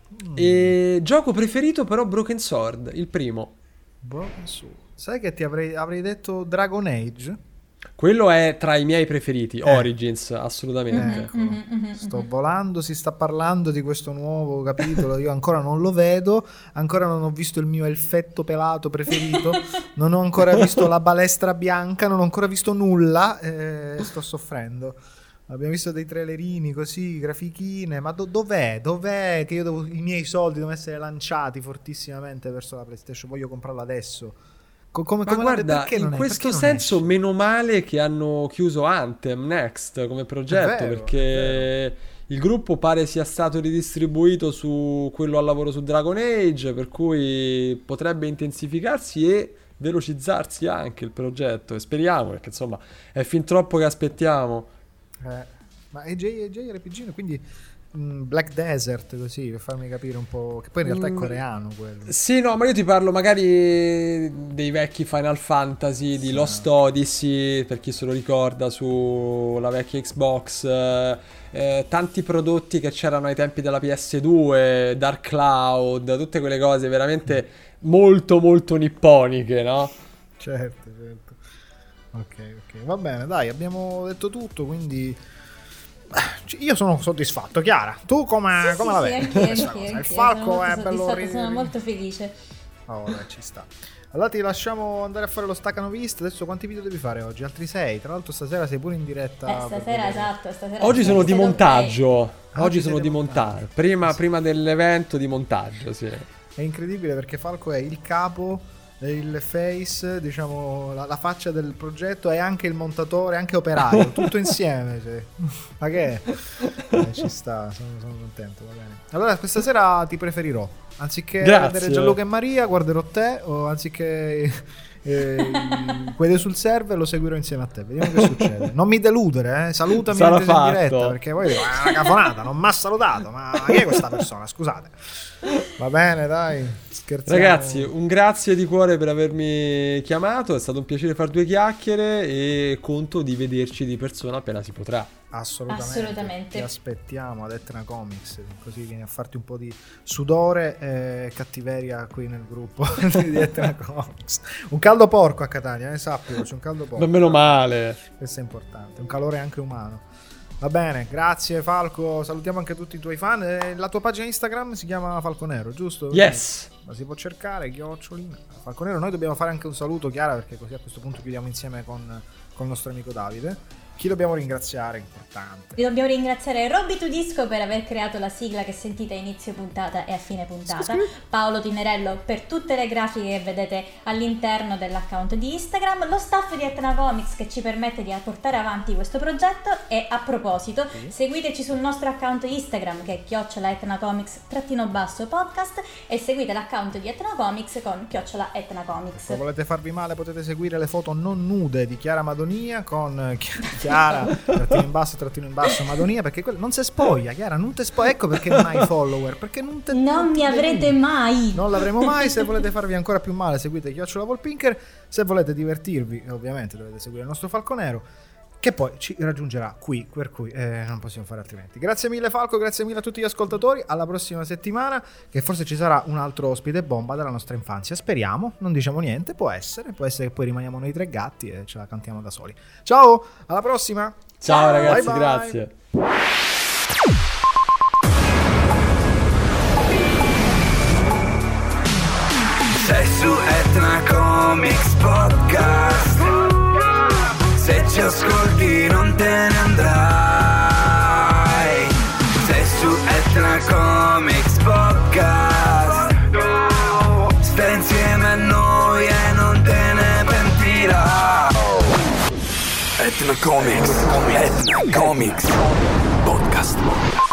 E gioco preferito però Broken Sword, il primo. Broken Sword. Sai che ti avrei detto Dragon Age? Quello è tra i miei preferiti, Origins, assolutamente. Sto volando, si sta parlando di questo nuovo capitolo, io ancora non lo vedo, ancora non ho visto il mio elfetto pelato preferito, non ho ancora visto la balestra bianca, non ho ancora visto nulla, sto soffrendo. Abbiamo visto dei trailerini così, grafichine, ma dov'è? Dov'è che i miei soldi devono essere lanciati fortissimamente verso la PlayStation? Voglio comprarla adesso. Ma guarda, in questo senso meno male che hanno chiuso Anthem Next come progetto, perché il gruppo pare sia stato ridistribuito su quello al lavoro su Dragon Age, per cui potrebbe intensificarsi e velocizzarsi anche il progetto, e speriamo, perché insomma è fin troppo che aspettiamo. Ma è JRPG, quindi Black Desert, così, per farmi capire un po', che poi in realtà è coreano quello. Sì, no, ma io ti parlo magari dei vecchi Final Fantasy, di Lost Odyssey, per chi se lo ricorda, sulla vecchia Xbox, tanti prodotti che c'erano ai tempi della PS2, Dark Cloud, tutte quelle cose veramente molto molto nipponiche, no? Certo. Ok. Va bene, dai, abbiamo detto tutto, quindi io sono soddisfatto. Chiara, tu come la vedi? Anch'io. Il falco è bello. Sono molto felice. Oh, dai, ci sta. Allora ti lasciamo andare a fare lo staccanovista. Adesso quanti video devi fare oggi? Altri 6. Tra l'altro stasera sei pure in diretta. Stasera, esatto. Oggi sono di montaggio. Oggi sono siete di montaggio. Prima dell'evento di montaggio, sì. È incredibile perché Falco è il capo, il face, diciamo, la faccia del progetto, è anche il montatore, anche operaio, tutto insieme. Cioè. Ma che è? Ci sta, sono contento, va bene. Allora questa sera ti preferirò. Anziché vedere Gianluca e Maria, guarderò te, o anziché quelli sul server lo seguirò insieme a te. Vediamo che succede. Non mi deludere, salutami in diretta, perché poi dico, è una cafonata, non mi ha salutato, ma chi è questa persona? Scusate. Va bene, dai, scherziamo. Ragazzi, un grazie di cuore per avermi chiamato, è stato un piacere fare 2 chiacchiere e conto di vederci di persona appena si potrà. Assolutamente. Ti aspettiamo ad Etna Comics, così vieni a farti un po' di sudore e cattiveria qui nel gruppo di Etna Comics. Un caldo porco a Catania, sappilo, c'è un caldo porco. Non meno male. Questo è importante, un calore anche umano. Va bene, grazie Falco, salutiamo anche tutti i tuoi fan. La tua pagina Instagram si chiama Falco Nero, giusto? Yes. La si può cercare, Falco Nero. Noi dobbiamo fare anche un saluto, Chiara, perché così a questo punto chiudiamo insieme con il nostro amico Davide. Chi dobbiamo ringraziare? Importante. Dobbiamo ringraziare Robby Tudisco per aver creato la sigla che sentite a inizio puntata e a fine puntata, Paolo Tinerello per tutte le grafiche che vedete all'interno dell'account di Instagram, lo staff di Etna Comics che ci permette di portare avanti questo progetto. E a proposito, seguiteci sul nostro account Instagram che è @etnacomics_podcast e seguite l'account di Etna Comics con @etnacomics. Se volete farvi male potete seguire le foto non nude di Chiara Madonia con Chiara _in basso Madonia, perché non si spoglia, Chiara, non te spoglia. Ecco perché non hai follower, perché non mi avrete mai. Non l'avremo mai. Se volete farvi ancora più male seguite @Volpinker. Se volete divertirvi ovviamente dovete seguire il nostro Falco Nero, che poi ci raggiungerà qui, per cui non possiamo fare altrimenti. Grazie mille Falco, grazie mille a tutti gli ascoltatori, alla prossima settimana che forse ci sarà un altro ospite bomba della nostra infanzia, speriamo, non diciamo niente, può essere che poi rimaniamo noi 3 gatti e ce la cantiamo da soli. Ciao, alla prossima. Ciao ragazzi, bye bye. grazie. Sei su Etna Comics Podcast. Se ci ascolti non te ne andrai. Sei su Etna Comics Podcast. Stai insieme a noi e non te ne pentirai. Etna Comics Podcast.